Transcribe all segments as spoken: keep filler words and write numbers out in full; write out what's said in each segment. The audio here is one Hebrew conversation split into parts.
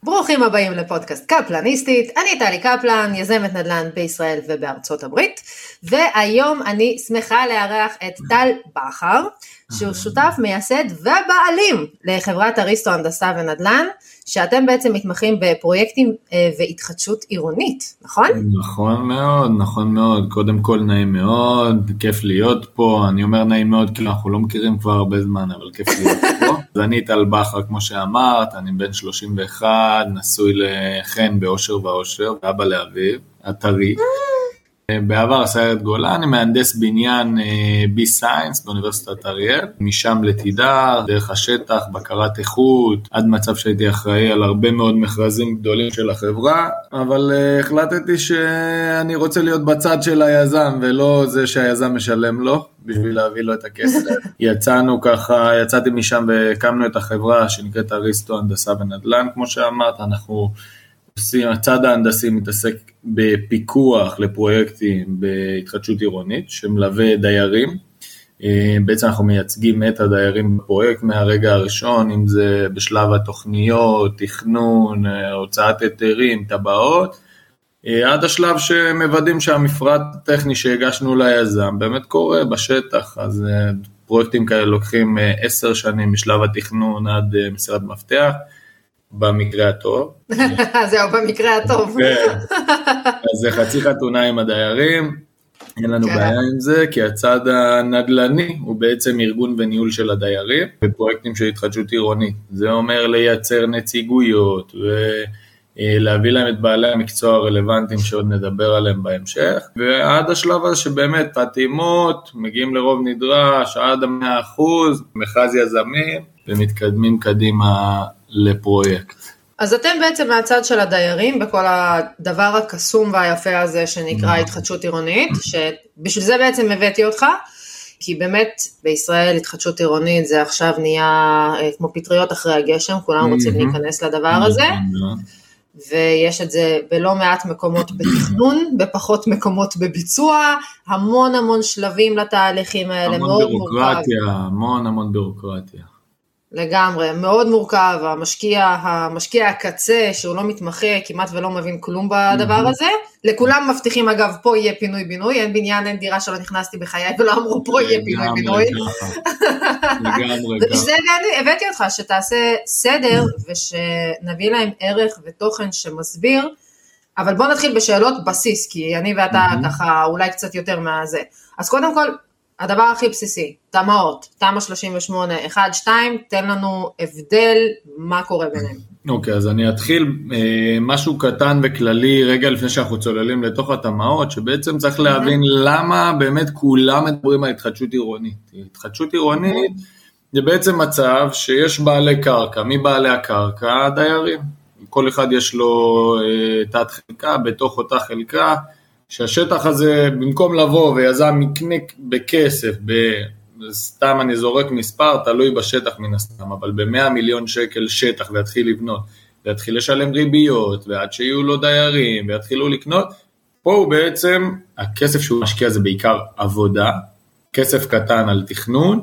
ברוכים הבאים לפודקאסט קפלניסטית, אני טלי קפלן, יזמת נדל"ן בישראל ובארצות הברית, והיום אני שמחה לארח את טל בכר, שהוא שותף, מייסד ובעלים לחברת אריסטו הנדסה ונדל"ן, שאתם בעצם מתמחים בפרויקטים והתחדשות עירונית, נכון? נכון מאוד, נכון מאוד, קודם כל נעים מאוד, כיף להיות פה, אני אומר נעים מאוד כי אנחנו לא מכירים כבר הרבה זמן, אבל כיף להיות פה. אז אני טל בכר, כמו שאמרת, אני בן שלושים ואחת, נשוי לחן באושר ואושר, ואבא לאביב, אתרי. בעבר סיירת גולן, אני מהנדס בניין בי סיינס באוניברסיטת אריאל, משם לתידר, דרך השטח, בקרת איכות, עד מצב שהייתי אחראי על הרבה מאוד מכרזים גדולים של החברה, אבל uh, החלטתי שאני רוצה להיות בצד של היזם, ולא זה שהיזם משלם לו, בשביל להביא לו את הכסף. יצאנו ככה, יצאתי משם והקמנו את החברה שנקראת אריסטו הנדסה ונדל"ן, כמו שאמרת, אנחנו... הצד ההנדסי מתעסק בפיקוח לפרויקטים בהתחדשות עירונית, שמלווה דיירים, בעצם אנחנו מייצגים את הדיירים בפרויקט מהרגע הראשון, אם זה בשלב התוכניות, תכנון, הוצאת היתרים, טבעות, עד השלב שמוודאים שהמפרט הטכני שהגשנו ליזם באמת קורה בשטח, אז פרויקטים כאלה לוקחים עשר שנים משלב התכנון עד מסירת מפתח, במקרה הטוב. זהו, במקרה הטוב. אז זה חצי חתונה עם הדיירים, אין לנו בעיה עם זה, כי הצד הנדל"ני הוא בעצם ארגון וניהול של הדיירים, בפרויקטים של התחדשות עירונית. זה אומר לייצר נציגויות, ולהביא להם את בעלי המקצוע הרלוונטיים שעוד נדבר עליהם בהמשך, ועד השלב הזה שבאמת חתימות, מגיעים לרוב נדרש, עד המאה אחוז, מכרז יזמים, ומתקדמים קדימה לפרויקט. אז אתם בעצם מהצד של הדיירים, בכל הדבר הקסום והיפה הזה שנקרא התחדשות עירונית, שבשביל זה בעצם הבאתי אותך, כי באמת בישראל התחדשות עירונית זה עכשיו נהיה כמו פטריות אחרי הגשם, כולם רוצים להיכנס לדבר הזה, ויש את זה בלא מעט מקומות בתכנון, בפחות מקומות בביצוע, המון המון שלבים לתהליכים האלה, מאוד מורכב. המון בירוקרטיה, המון המון בירוקרטיה. לגמרי, מאוד מורכב, המשקיע, המשקיע הקצה, שהוא לא מתמחה, כמעט ולא מבין כלום בדבר הזה, לכולם מבטיחים אגב, פה יהיה פינוי בינוי, אין בניין, אין דירה שלא נכנסתי בחיי, ולא אמרו פה יהיה פינוי בינוי. לגמרי ככה. ובשביל זה הבאתי אותך, שתעשה סדר, ושנביא להם ערך ותוכן שמסביר, אבל בוא נתחיל בשאלות בסיס, כי אני ואתה ככה, אולי קצת יותר מהזה. אז קודם כל, הדבר הכי בסיסי, תמ"אות, תמ"א שלושים ושמונה, אחת, שתיים, תן לנו הבדל, מה קורה ביניהם. אוקיי, אז אני אתחיל אה, משהו קטן וכללי, רגע לפני שאנחנו צוללים לתוך התמ"אות, שבעצם צריך להבין למה באמת כולם מדברים על התחדשות עירונית. התחדשות עירונית זה בעצם מצב שיש בעלי קרקע, מי בעלי הקרקע? הדיירים. כל אחד יש לו אה, תת חלקה, בתוך אותה חלקה, שהשטח הזה, במקום לבוא ויזם יקנה בכסף, סתם אני זורק מספר, תלוי בשטח מן הסתם, אבל ב-מאה מיליון שקל שטח ויתחיל לבנות, ויתחיל לשלם ריביות, ועד שיהיו לו דיירים, ויתחילו לקנות, פה הוא בעצם, הכסף שהוא משקיע זה בעיקר עבודה, כסף קטן על תכנון,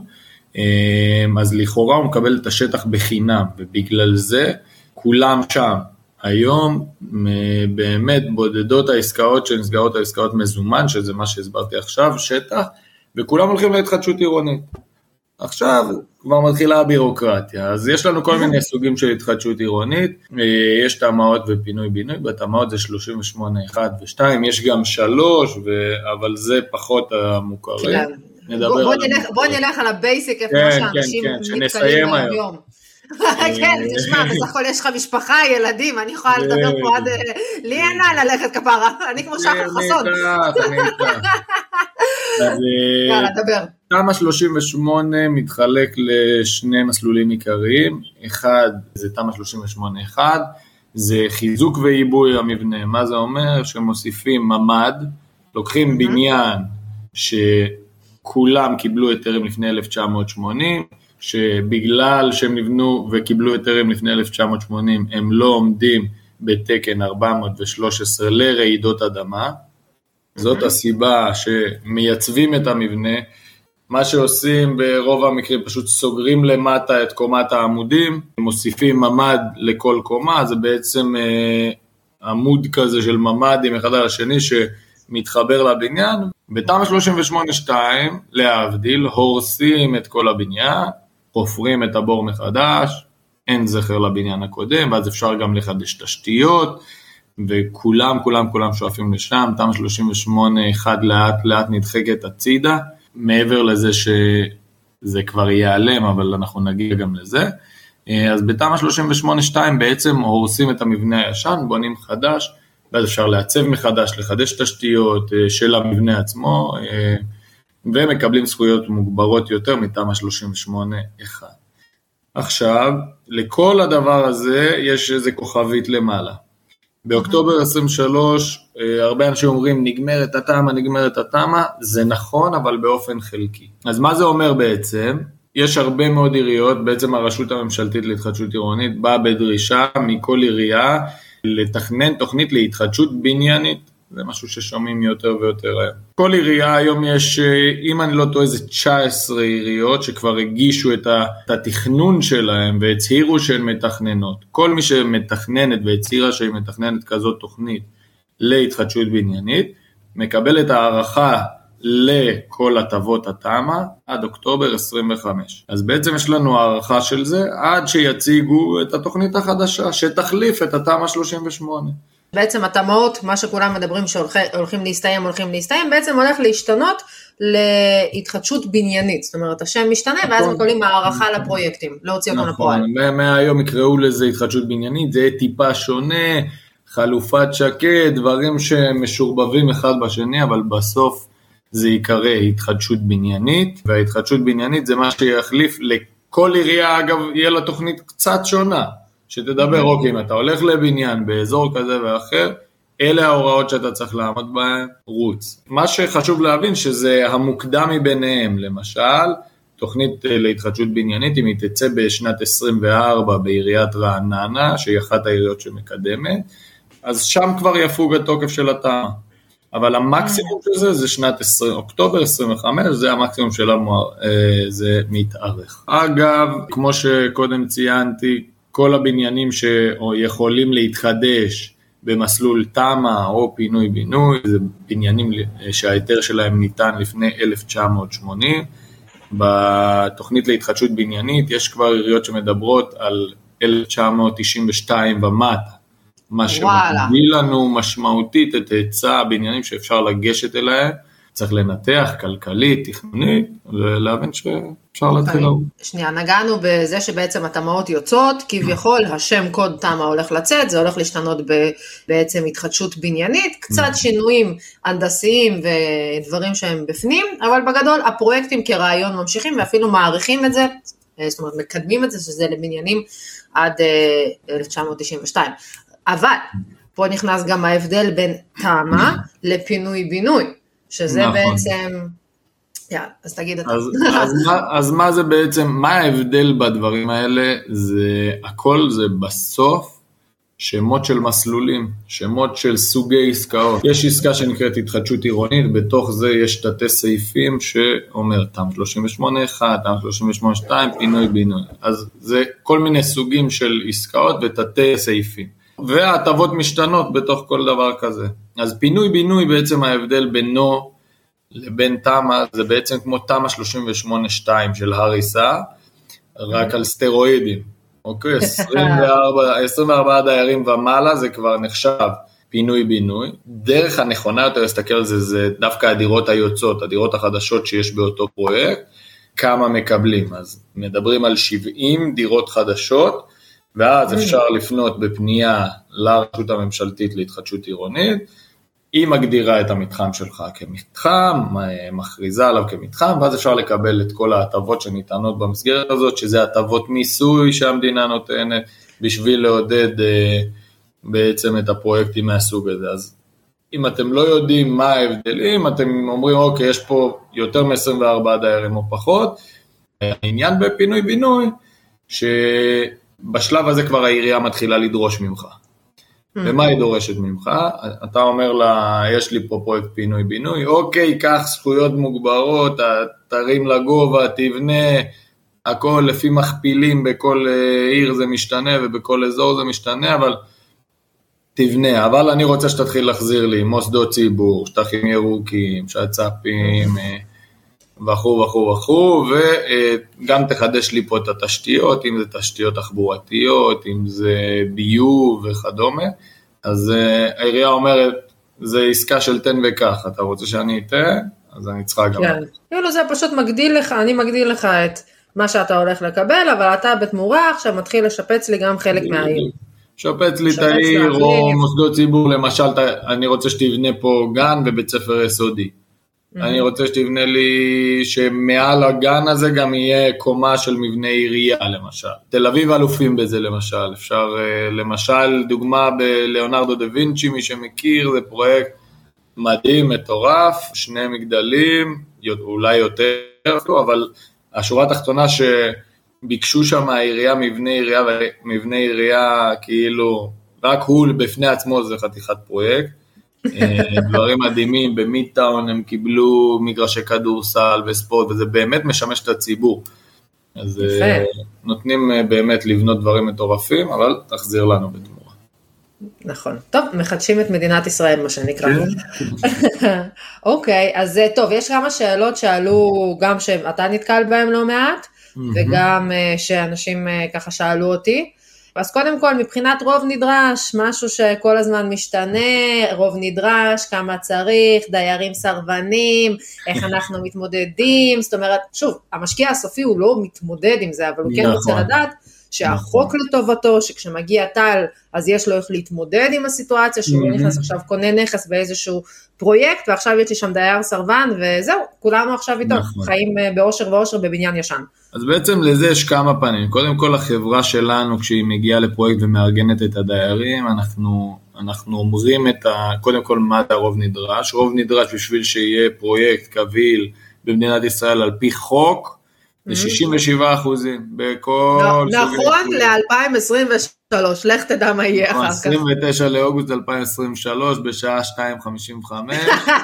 אז לכאורה הוא מקבל את השטח בחינם, ובגלל זה כולם שם. היום באמת בודדות העסקאות שנסגרות העסקאות מזומן, שזה מה שהסברתי עכשיו, שטח, וכולם הולכים להתחדשות עירונית. עכשיו כבר מתחילה הבירוקרטיה, אז יש לנו כל מיני סוגים של התחדשות עירונית, יש תמ"אות ופינוי בינוי, בתמ"אות זה שלושים ושמונה, אחת ושתיים, יש גם שלוש, אבל זה פחות המוכרים. בוא נלך על הבייסיק, איפה שאנשים נתקלים ביום. כן, תשמע, בסך הכל יש לך משפחה, ילדים, אני יכולה לדבר פה עד, לי אין לה ללכת כפרה, אני כמו שחר חסון. אני איתך, אז יאללה, דבר. תמ"א שלושים ושמונה מתחלק לשני מסלולים עיקריים, אחד זה תמ"א שלושים ושמונה אחת, זה חיזוק ועיבוי המבנה, מה זה אומר? שמוסיפים ממ"ד, לוקחים בניין שכולם קיבלו היתרים לפני אלף תשע מאות שמונים, שבגלל שהם נבנו וקיבלו היתרים לפני אלף תשע מאות שמונים, הם לא עומדים בתקן ארבע מאות ושלוש עשרה לרעידות אדמה, זאת הסיבה שמייצבים את המבנה, מה שעושים ברוב המקרים, פשוט סוגרים למטה את קומת העמודים, מוסיפים ממד לכל קומה, זה בעצם אה, עמוד כזה של ממדים אחד על השני שמתחבר לבניין. בתמ"א שלושים ושמונה שתיים, להבדיל, הורסים את כל הבניין, חופרים את הבור מחדש, אין זכר לבניין הקודם, ואז אפשר גם לחדש תשתיות, וכולם, כולם, כולם שואפים לשם. תמ"א שלושים ושמונה אחד לאט לאט נדחקת הצידה, מעבר לזה שזה כבר ייעלם, אבל אנחנו נגיע גם לזה. אז בתמ"א שלושים ושמונה שתיים בעצם הורסים את המבנה הישן, בונים חדש, ואז אפשר לעצב מחדש, לחדש תשתיות של המבנה עצמו, ומקבלים זכויות מוגברות יותר מתמ"א שלושים ושמונה אחד. עכשיו, לכל הדבר הזה יש איזה כוכבית למעלה. באוקטובר עשרים ושלוש, הרבה אנשים אומרים, נגמרת התמ"א, נגמרת התמ"א, זה נכון, אבל באופן חלקי. אז מה זה אומר בעצם? יש הרבה מאוד עיריות, בעצם הרשות הממשלתית להתחדשות עירונית, באה בדרישה מכל עירייה, לתכנן תוכנית להתחדשות בניינית, זה משהו ששומעים יותר ויותר היום. כל עירייה היום יש, אם אני לא טועה, זה תשע עשרה עיריות שכבר הגישו את התכנון שלהם והצהירו שהן מתכננות. כל מי שמתכננת והצהירה שהיא מתכננת כזאת תוכנית להתחדשות בניינית, מקבל את הערכה לכל הטבות התמ"א עד אוקטובר עשרים וחמש. אז בעצם יש לנו הערכה של זה עד שיציגו את התוכנית החדשה שתחליף את התמ"א שלושים ושמונה. בעצם התמ"אות, מה שכולם מדברים שהולכים להסתיים, הולכים להסתיים, בעצם הולך להשתנות להתחדשות בניינית. זאת אומרת, השם משתנה ואז מקבלים הערכה לפרויקטים, להוציא אותם לפועל. מהיום יקראו לזה התחדשות בניינית, זה טיפה שונה, חלופת שקד, דברים שמשורבבים אחד בשני, אבל בסוף זה יקרא התחדשות בניינית, וההתחדשות בניינית זה מה שיחליף לכל עירייה, אגב, יהיה לה תוכנית קצת שונה, שתדבר, אוקיי, אם אתה הולך לבניין באזור כזה ואחר, אלה ההוראות שאתה צריך לעמוד בהן, רוץ. מה שחשוב להבין שזה המוקדם מביניהם, למשל, תוכנית להתחדשות בניינית, אם היא תצא בשנת עשרים וארבע בעיריית רעננה, שהיא אחת העיריות שמקדמת, אז שם כבר יפוג התוקף של התמ"א. אבל המקסימום של זה, זה שנת עשרים, אוקטובר עשרים וחמש, זה המקסימום שלה, זה מתארך. אגב, כמו שקודם ציינתי, כל הבניינים שיכולים להתחדש במסלול תמ"א או פינוי בינוי, זה בניינים שההיתר שלהם ניתן לפני אלף תשע מאות שמונים, בתוכנית להתחדשות בניינית יש כבר עיריות שמדברות על אלף תשע מאות תשעים ושתיים ומטה, מה שמוביל לנו משמעותית את היצע הבניינים שאפשר לגשת אליהם, צריך לנתח כלכלית, תכנונית, ולהבין שאפשר להתחיל. שנייה, נגענו בזה שבעצם התמ"אות יוצאות, כביכול השם קוד תמ"א הולך לצאת, זה הולך להשתנות בעצם התחדשות בניינית, קצת שינויים הנדסיים ודברים שהם בפנים, אבל בגדול הפרויקטים כרעיון ממשיכים ואפילו מעריכים את זה, זאת אומרת מקדמים את זה, שזה לבניינים עד אלף תשע מאות תשעים ושתיים. אבל פה נכנס גם ההבדל בין תמ"א לפינוי בינוי, שזה נכון. בעצם, יאללה, אז תגיד אתה. אז, אז, מה, אז מה זה בעצם, מה ההבדל בדברים האלה? זה, הכל זה בסוף שמות של מסלולים, שמות של סוגי עסקאות. יש עסקה שנקראת התחדשות עירונית, בתוך זה יש תתי סעיפים שאומר תמ"א שלושים ושמונה אחד, תמ"א שלושים ושמונה שתיים, פינוי בינוי. אז זה כל מיני סוגים של עסקאות ותתי סעיפים. וההטבות משתנות בתוך כל דבר כזה. אז פינוי בינוי בעצם ההבדל בינו לבין תמ"א, זה בעצם כמו תמ"א שלושים ושמונה שתיים של הריסה, רק על סטרואידים. אוקיי, עשרים וארבעה דיירים ומעלה זה כבר נחשב פינוי בינוי. דרך הנכונה יותר להסתכל על זה, זה דווקא הדירות היוצאות, הדירות החדשות שיש באותו פרויקט, כמה מקבלים. אז מדברים על שבעים דירות חדשות, ואז אפשר לפנות בפנייה לרשות הממשלתית להתחדשות עירונית, היא מגדירה את המתחם שלך כמתחם, מכריזה עליו כמתחם, ואז אפשר לקבל את כל ההטבות שניתנות במסגרת הזאת, שזה הטבות מיסוי שהמדינה נותנת, בשביל לעודד בעצם את הפרויקטים מהסוג הזה. אז אם אתם לא יודעים מה ההבדלים, אתם אומרים, אוקיי, יש פה יותר מ-עשרים וארבעה דיירים או פחות, העניין בפינוי בינוי, ש... בשלב הזה כבר העירייה מתחילה לדרוש ממך. ומה היא דורשת ממך? אתה אומר לה, יש לי פה פרויקט פינוי-בינוי, אוקיי, קח זכויות מוגברות, תרים לגובה, תבנה, הכל לפי מכפילים, בכל עיר זה משתנה, ובכל אזור זה משתנה, אבל תבנה, אבל אני רוצה שתתחיל להחזיר לי מוסדות ציבור, שטחים ירוקים, שצ"פים, וכו' וכו' וכו', וגם תחדש לי פה את התשתיות, אם זה תשתיות תחבורתיות, אם זה ביוב וכדומה, אז העירייה אומרת, זה עסקה של תן וכך, אתה רוצה שאני אתן, אז אני צריכה גם. כן, כאילו זה פשוט מגדיל לך, אני מגדיל לך את מה שאתה הולך לקבל, אבל אתה בתמורה עכשיו מתחיל לשפץ לי גם חלק מהעיר. שפץ לי את העיר, או מוסדות ציבור, למשל, אני רוצה שתבנה פה גן ובית ספר יסודי. אני רוצה שתבנה לי שמעל הגן הזה גם יהיה קומה של מבנה עירייה, למשל. תל אביב אלופים בזה, למשל. אפשר, למשל, דוגמה בליאונרדו דה וינצ'י, מי שמכיר, זה פרויקט מדהים, מטורף, שני מגדלים, אולי יותר, אבל השורה התחתונה שביקשו שם העירייה, מבנה עירייה, ומבנה עירייה כאילו, רק הוא בפני עצמו זה חתיכת פרויקט, דברים מדהימים, במידטאון הם קיבלו מגרשי כדורסל וספורט, וזה באמת משמש את הציבור. אז נותנים באמת לבנות דברים מטורפים, אבל תחזיר לנו בתמורה. נכון. טוב, מחדשים את מדינת ישראל, מה שנקרא. אוקיי, אז טוב, יש כמה שאלות שעלו, גם שאתה נתקל בהם לא מעט, וגם שאנשים ככה שאלו אותי. אז קודם כל, מבחינת רוב נדרש, משהו שכל הזמן משתנה, רוב נדרש, כמה צריך, דיירים סרבנים, איך אנחנו מתמודדים, זאת אומרת, שוב, המשקיע הסופי הוא לא מתמודד עם זה, אבל הוא כן רוצה לדעת שהחוק לטובתו, שכשמגיע טל, אז יש לו איך להתמודד עם הסיטואציה, שהוא לא נכנס עכשיו, קונה נכס באיזשהו פרויקט, ועכשיו יש לי שם דייר סרבן, וזהו, כולנו עכשיו איתו, חיים באושר ואושר בבניין ישן. אז בעצם לזה יש כמה פנים. קודם כל החברה שלנו, כשהיא מגיעה לפרויקט ומארגנת את הדיירים, אנחנו, אנחנו אומרים את ה, קודם כל מה הרוב נדרש. רוב נדרש בשביל שיהיה פרויקט קביל במדינת ישראל על פי חוק, זה שישים ושבעה אחוזים בכל... נכון, ל-אלפיים עשרים ושלוש, לך תדע מה יהיה אחר כך. עשרים ותשעה לאוגוסט אלפיים עשרים ושלוש, בשעה שתיים חמישים וחמש.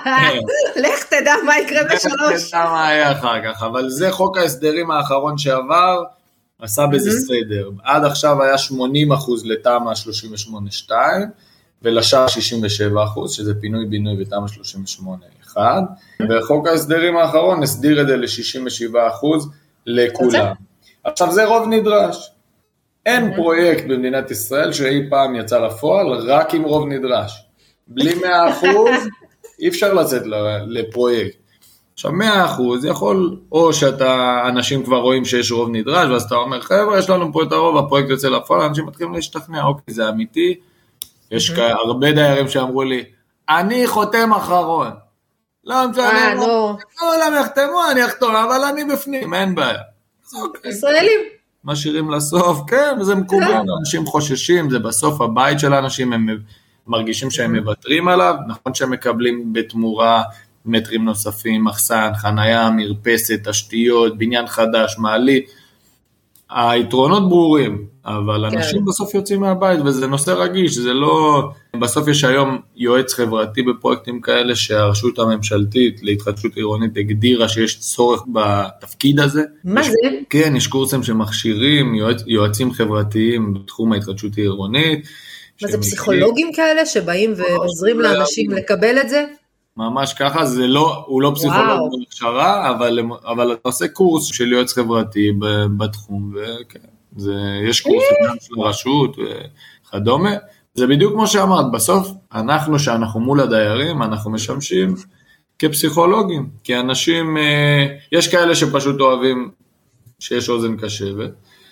לך תדע מה יקרה בשלוש. לך תדע מה יהיה אחר כך, אבל זה חוק ההסדרים האחרון שעבר, עשה בזה סדר. עד עכשיו היה שמונים אחוז לתמ"א שלושים ושמונה שתיים, ולשאר שישים ושבעה אחוז, שזה פינוי בינוי ותמ"א שלושים ושמונה אחת, וחוק ההסדרים האחרון הסדיר את זה ל-שישים ושבעה אחוז לכולם. עכשיו זה רוב נדרש. אין פרויקט במדינת ישראל שאי פעם יצא לפועל רק עם רוב נדרש. בלי מאה אחוז אי אפשר לצאת לפרויקט. עכשיו מאה אחוז יכול, או שאתה, אנשים כבר רואים שיש רוב נדרש, ואז אתה אומר, חבר'ה, יש לנו פה את הרוב, הפרויקט יוצא לפועל, אנשים מתחילים להשתכנע, אוקיי, זה אמיתי. יש הרבה דיירים שאמרו לי, אני חותם אחרון. לא משנה, לא כולם יחתמו, אני אחתום, אבל אני בפנים, אין בעיה. ישראלים. משאירים לסוף, כן, זה מקובל, אנשים חוששים, זה בסוף הבית של האנשים, הם מרגישים שהם מבטרים עליו, נכון שהם מקבלים בתמורה מטרים נוספים, מחסן, חנייה, מרפסת, תשתיות, בניין חדש, מעלית, היתרונות ברורים, אבל אנשים בסוף יוצאים מהבית, וזה נושא רגיש, זה לא, בסוף יש היום יועץ חברתי בפרויקטים כאלה, שהרשות הממשלתית להתחדשות עירונית הגדירה שיש צורך בתפקיד הזה. מה זה? כן, יש קורסים שמכשירים, יועצ, יועצים חברתיים בתחום ההתחדשות העירונית. מה זה פסיכולוגים כאלה שבאים ועוזרים לאנשים לקבל את זה? ממש ככה, זה לא, הוא לא פסיכולוג בהכשרה, אבל, אבל אתה עושה קורס של יועץ חברתי בתחום, וכן, זה, יש קורס של הרשות וכדומה, זה בדיוק כמו שאמרת, בסוף אנחנו, שאנחנו מול הדיירים, אנחנו משמשים כפסיכולוגים, כי אנשים, יש כאלה שפשוט אוהבים שיש אוזן קשבת,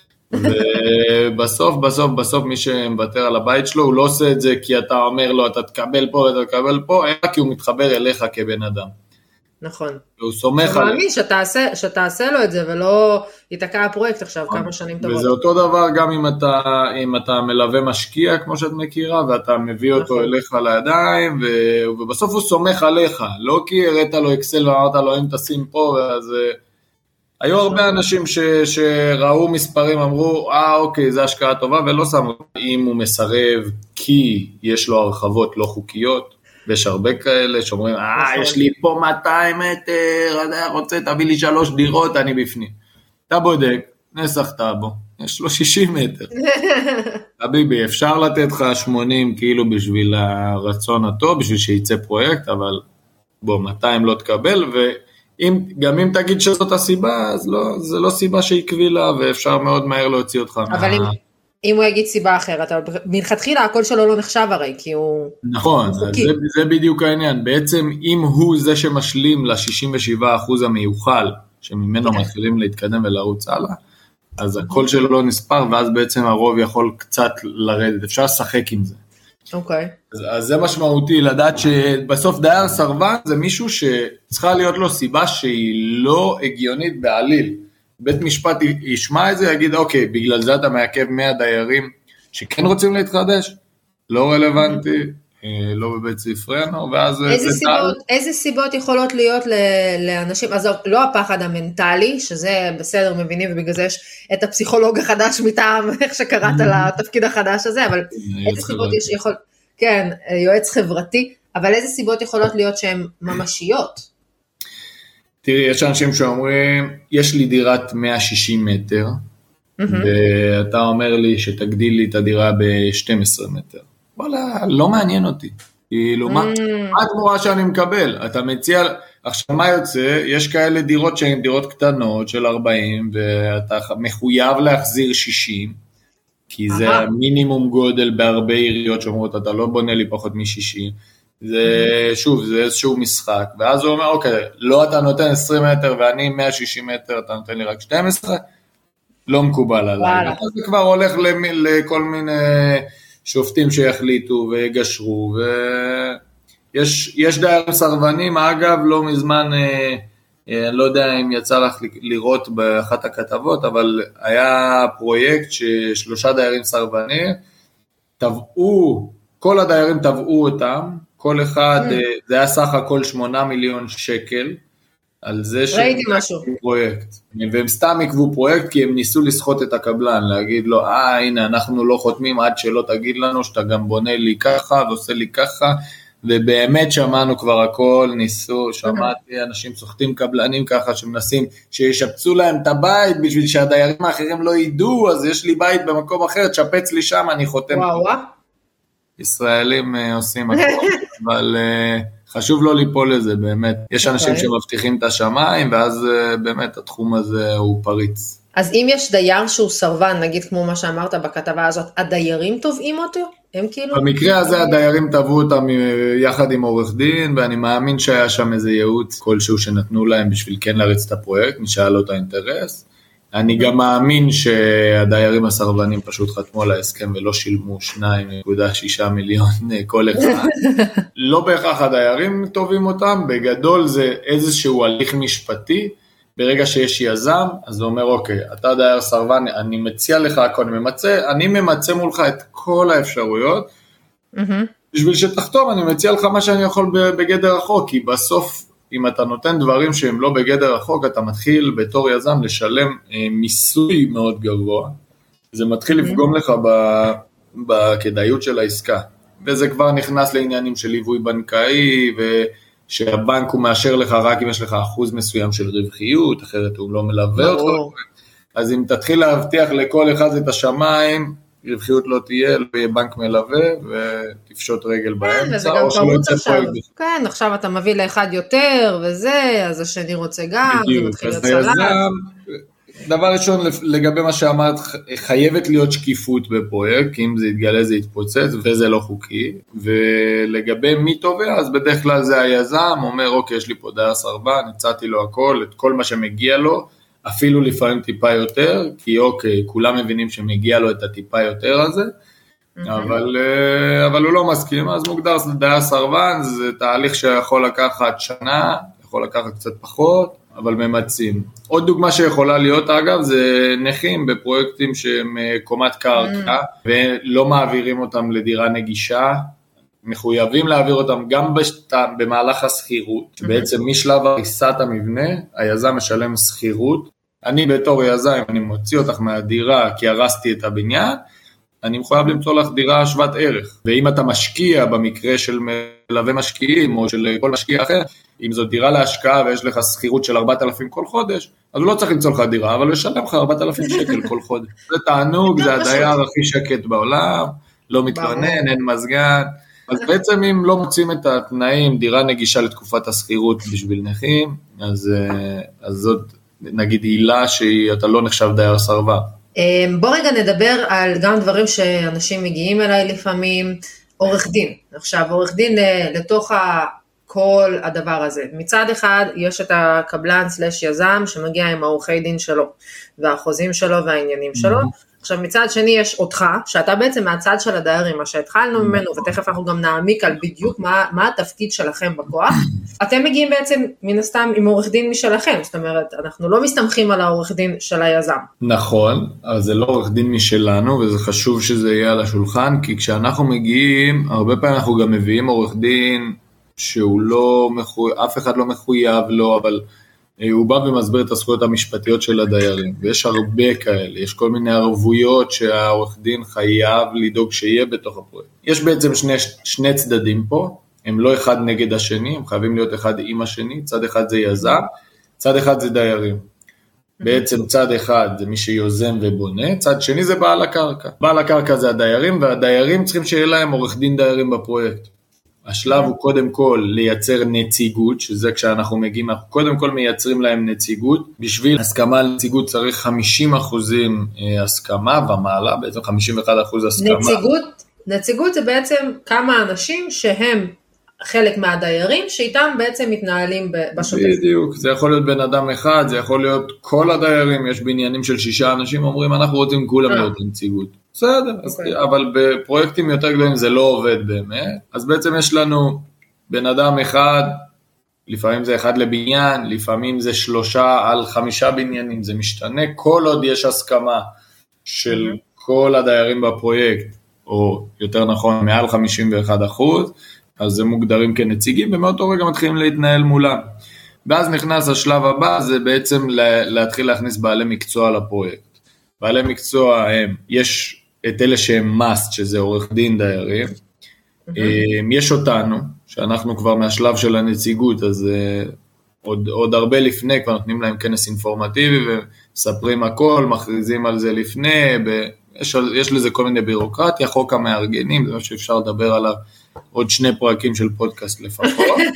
ובסוף, בסוף, בסוף מי שמוותר על הבית שלו, הוא לא עושה את זה כי אתה אומר לו, אתה תקבל פה ואתה תקבל פה, אלא כי הוא מתחבר אליך כבן אדם. נכון. והוא סומך עליך. הוא מאמין שתעשה, שתעשה לו את זה, ולא ייתקע הפרויקט עכשיו כמה שנים טובות. וזה אותו דבר גם אם אתה, אם אתה מלווה משקיע, כמו שאת מכירה, ואתה מביא אותו נכון. אליך לידיים, ו... ובסוף הוא סומך עליך, לא כי הראת לו אקסל ואמרת לו, אם תשים פה, אז... היו הרבה אנשים ש, שראו מספרים, אמרו, אה אוקיי, זה השקעה טובה, ולא שמו, אם הוא מסרב כי יש לו הרחבות לא חוקיות, ויש הרבה כאלה שאומרים, אה יש לי פה מאתיים מטר, אתה רוצה, תביא לי שלוש דירות, אני בפנים. אתה בודק, נסח טאבו, יש לו שישים מטר. חביבי, אפשר לתת לך שמונים כאילו בשביל הרצון הטוב, בשביל שיצא פרויקט, אבל בוא, מאתיים לא תקבל, ואם, גם אם תגיד שזאת הסיבה, אז לא, זה לא סיבה שיקבילה, ואפשר מאוד מהר להוציא אותך. אבל מה... אם, אם הוא יגיד סיבה אחרת, מלכתחילה הכל שלו לא נחשב הרי, כי הוא... נכון, זה, זה בדיוק העניין, בעצם אם הוא זה שמשלים ל-שישים ושבעה אחוז המיוחל, שממנו מתחילים להתקדם ולרוץ הלאה, אז הכל שלו לא נספר, ואז בעצם הרוב יכול קצת לרדת, אפשר לשחק עם זה. אוקיי. אז, אז זה משמעותי, לדעת שבסוף דייר סרבן, זה מישהו שצריכה להיות לו סיבה שהיא לא הגיונית בעליל. בית משפט ישמע את זה, יגיד, אוקיי, בגלל זה אתה מעכב מאה דיירים שכן רוצים להתחדש, לא רלוונטי, לא בבית ספרנו, ואז... איזה סיבות, איזה סיבות יכולות להיות לאנשים, אז לא הפחד המנטלי, שזה בסדר מבינים, ובגלל זה יש את הפסיכולוג החדש מטעם, איך שקראת לתפקיד החדש הזה, אבל איזה סיבות יש, יכול, כן, יועץ חברתי, אבל איזה סיבות יכולות להיות שהן ממשיות? תראי, יש אנשים שאומרים, יש לי דירת מאה ושישים מטר, ואתה אומר לי שתגדיל לי את הדירה ב-שנים עשר מטר. וואלה, לא מעניין אותי. כאילו, מה התמורה שאני מקבל? אתה מציע, עכשיו מה יוצא? יש כאלה דירות שהן דירות קטנות של ארבעים, ואתה מחויב להחזיר שישים, כי זה מינימום גודל בהרבה עיריות שאומרות, אתה לא בונה לי פחות מ-שישים. זה, שוב, זה איזשהו משחק, ואז הוא אומר, אוקיי, לא אתה נותן עשרים מטר, ואני מאה ושישים מטר, אתה נותן לי רק שתים עשרה, לא מקובל עליי. אז זה כבר הולך לכל מיני... שופטים שיחליטו ויגשרו, ויש יש דיירים סרבנים, אגב, לא מזמן, אני לא יודע אם יצא לך לראות באחת הכתבות, אבל היה פרויקט ששלושה דיירים סרבנים, טבעו, כל הדיירים טבעו אותם, כל אחד, זה היה סך הכל שמונה מיליון שקל, על זה ראיתי משהו. פרויקט. והם סתם יקבו פרויקט, כי הם ניסו לסחוט את הקבלן, להגיד לו, אה, הנה, אנחנו לא חותמים עד שלא תגיד לנו, שאתה גם בונה לי ככה, ועושה לי ככה, ובאמת שמענו כבר הכל, ניסו, שמעתי, אנשים סוחטים קבלנים ככה, שמנסים שישפצו להם את הבית, בשביל שהדיירים האחרים לא ידעו, אז יש לי בית במקום אחר, תשפץ לי שם, אני חותם. וואו, וואו. ישראלים עושים הכל, אבל... חשוב לא ליפול לזה, באמת. יש אנשים okay. שמבטיחים את השמיים, ואז באמת התחום הזה הוא פריץ. אז אם יש דייר שהוא סרבן, נגיד כמו מה שאמרת בכתבה הזאת, הדיירים תובעים אותו? הם כאילו... במקרה הזה הדיירים תבעו אותם יחד עם עורך דין, ואני מאמין שהיה שם איזה ייעוץ כלשהו שנתנו להם בשביל כן להריץ את הפרויקט, נשאל לו את האינטרס. אני גם מאמין שהדיירים הסרבנים פשוט חתמו על ההסכם ולא שילמו שניים נקודה שישה מיליון כל אחד. לא בהכרח הדיירים טובים אותם, בגדול זה איזשהו הליך משפטי, ברגע שיש יזם, אז הוא אומר, אוקיי, אתה דייר סרבן, אני מציע לך הכל, אני ממצא, אני ממצא מולך את כל האפשרויות, בשביל שתחתום, אני מציע לך מה שאני יכול בגדר החוק, כי בסוף, אם אתה נותן דברים שהם לא בגדר החוק, אתה מתחיל בתור יזם לשלם אה, מיסוי מאוד גבוה, זה מתחיל לפגום לך בכדאיות של העסקה, וזה כבר נכנס לעניינים של ליווי בנקאי, ושהבנק הוא מאשר לך רק אם יש לך אחוז מסוים של רווחיות, אחרת הוא לא מלווה אותך, אז אם תתחיל להבטיח לכל אחד את השמיים, רווחיות לא תהיה, לא יהיה בנק מלווה, ותפשוט רגל באמצע, או שלא יצא פרויקט. כן, עכשיו אתה מביא לאחד יותר, וזה, אז השני רוצה גם, זה מתחיל להיות סלט. דבר ראשון, לגבי מה שאמרת, חייבת להיות שקיפות בפרויקט, כי אם זה יתגלה זה יתפוצץ, וזה לא חוקי, ולגבי מי תובע, אז בדרך כלל זה היזם, אומר, אוקיי, יש לי פה דייר סרבן, הצעתי לו הכל, את כל מה שמגיע לו, אפילו לפעמים טיפה יותר, כי אוקיי, כולם מבינים שמגיע לו את הטיפה יותר הזה, אבל, אבל הוא לא מסכים, אז מוגדר דייר סרבן, זה תהליך שיכול לקחת שנה, יכול לקחת קצת פחות, אבל ממצים. עוד דוגמה שיכולה להיות, אגב, זה נכים בפרויקטים שהם קומת קרקע, ולא מעבירים אותם לדירה נגישה, מחויבים להעביר אותם גם במהלך הסחירות, שבעצם משלב הריסת המבנה, היזם משלם סחירות, אני בתור יזם, אני מוציא אותך מהדירה כי הרסתי את הבניין, אני מחויב למצוא לך דירה שוות ערך, ואם אתה משקיע במקרה של מלווה משקיעים, או של כל משקיע אחר, אם זו דירה להשקעה ויש לך שכירות של ארבעת אלפים כל חודש, אז הוא לא צריך למצוא לך דירה, אבל הוא ישלם לך ארבעת אלפים שקל כל חודש. זה תענוג, זה הדייר הכי שקט בעולם, לא מתלונן, אין מזגן, אז בעצם אם לא מוצאים את התנאים, דירה נגישה לתקופת השכירות בשביל נכים, אז, אז זאת נגיד עילה שאתה לא נחשב דייר סרבן. בוא רגע נדבר על גם דברים שאנשים מגיעים אליי לפעמים, עורך דין. עכשיו, עורך דין לתוך כל הדבר הזה. מצד אחד, יש את הקבלן סלש יזם שמגיע עם העורכי דין שלו, והחוזים שלו והעניינים שלו. עכשיו, מצד שני יש אותך, שאתה בעצם מהצד של הדיירים, מה שהתחלנו ממנו, ותכף אנחנו גם נעמיק על בדיוק מה, מה התפקיד שלכם בכוח. אתם מגיעים בעצם מן הסתם עם עורך דין משלכם, זאת אומרת, אנחנו לא מסתמכים על העורך דין של היזם. נכון, אז זה לא עורך דין משלנו, וזה חשוב שזה יהיה על השולחן, כי כשאנחנו מגיעים, הרבה פעמים אנחנו גם מביאים עורך דין, שהוא לא מחויב, אף אחד לא מחויב לו, אבל הוא בא ומסביר את הזכויות המשפטיות של הדיירים, ויש הרבה כאלה, יש כל מיני ערבויות שהעורך דין חייב לדאוג שיהיה בתוך הפרויקט. יש בעצם שני, שני צדדים פה, הם לא אחד נגד השני, הם חייבים להיות אחד עם השני, צד אחד זה יזם, צד אחד זה דיירים. בעצם צד אחד זה מי שיוזם ובונה, צד שני זה בעל הקרקע. בעל הקרקע זה הדיירים, והדיירים צריכים שיהיה להם עורך דין דיירים בפרויקט. השלב הוא קודם כל לייצר נציגות, שזה כשאנחנו מגיעים, אנחנו קודם כל מייצרים להם נציגות, בשביל הסכמה על נציגות צריך חמישים אחוזים הסכמה ומעלה, בעצם חמישים ואחד אחוז הסכמה. נציגות, נציגות זה בעצם כמה אנשים שהם חלק מהדיירים, שאיתם בעצם מתנהלים בשוטף. בדיוק, זה יכול להיות בן אדם אחד, זה יכול להיות כל הדיירים, יש בניינים של שישה אנשים, אומרים אנחנו רוצים כולם להיות נציגות. בסדר, okay. אבל בפרויקטים יותר גדולים זה לא עובד באמת, אז בעצם יש לנו בן אדם אחד, לפעמים זה אחד לבניין, לפעמים זה שלושה על חמישה בניינים, זה משתנה, כל עוד יש הסכמה של mm-hmm. כל הדיירים בפרויקט, או יותר נכון מעל חמישים ואחד אחוז, אז זה מוגדרים כנציגים, ומאותו רגע מתחילים להתנהל מולם. ואז נכנס השלב הבא, זה בעצם להתחיל להכניס בעלי מקצוע לפרויקט. בעלי מקצוע הם, יש את אלה שהם must, שזה עורך דין דיירים, mm-hmm. יש אותנו, שאנחנו כבר מהשלב של הנציגות, אז עוד, עוד הרבה לפני, כבר נותנים להם כנס אינפורמטיבי, ומספרים הכל, מכריזים על זה לפני, ב... יש, יש לזה כל מיני בירוקרטיה, חוק המארגנים, זה מה שאפשר לדבר עליו, עוד שני פרקים של פודקאסט לפחות.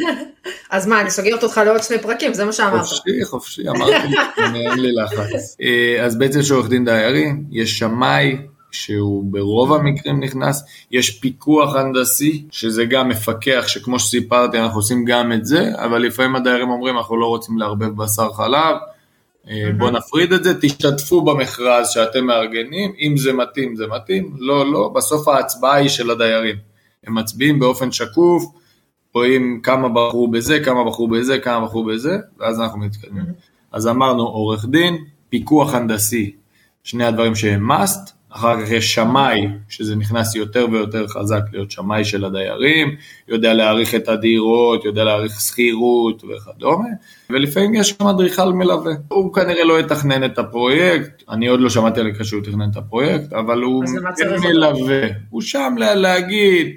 אז מה, אני סוגרת אותך לעוד שני פרקים, זה מה שאמרת. חופשי, חופשי, אמרתי, אין לי לחץ. אז בעצם יש עורך דין דיירים, יש שמאי, שהוא ברוב המקרים נכנס, יש פיקוח הנדסי, שזה גם מפקח, שכמו שסיפרתי, אנחנו עושים גם את זה, אבל לפעמים הדיירים אומרים, אנחנו לא רוצים להרבב בשר חלב, בוא נפריד את זה, תשתתפו במכרז שאתם מארגנים, אם זה מתאים, זה מתאים, לא, לא, בסוף ההצבעה היא של הדיירים, הם מצביעים באופן שקוף, רואים כמה בחרו בזה, כמה בחרו בזה, כמה בחרו בזה, ואז אנחנו מתקדמים. אז אמרנו עורך דין, פיקוח הנדסי, שני הדברים שהם must, אחר כך יש שמאי, שזה נכנס יותר ויותר חזק להיות שמאי של הדיירים, יודע להעריך את הדירות, יודע להעריך שכירות וכדומה, ולפעמים יש גם אדריכל מלווה. הוא כנראה לא יתכנן את הפרויקט, אני עוד לא שמעתי על כך שהוא תכנן את הפרויקט, אבל הוא מלווה, הוא שם להגיד,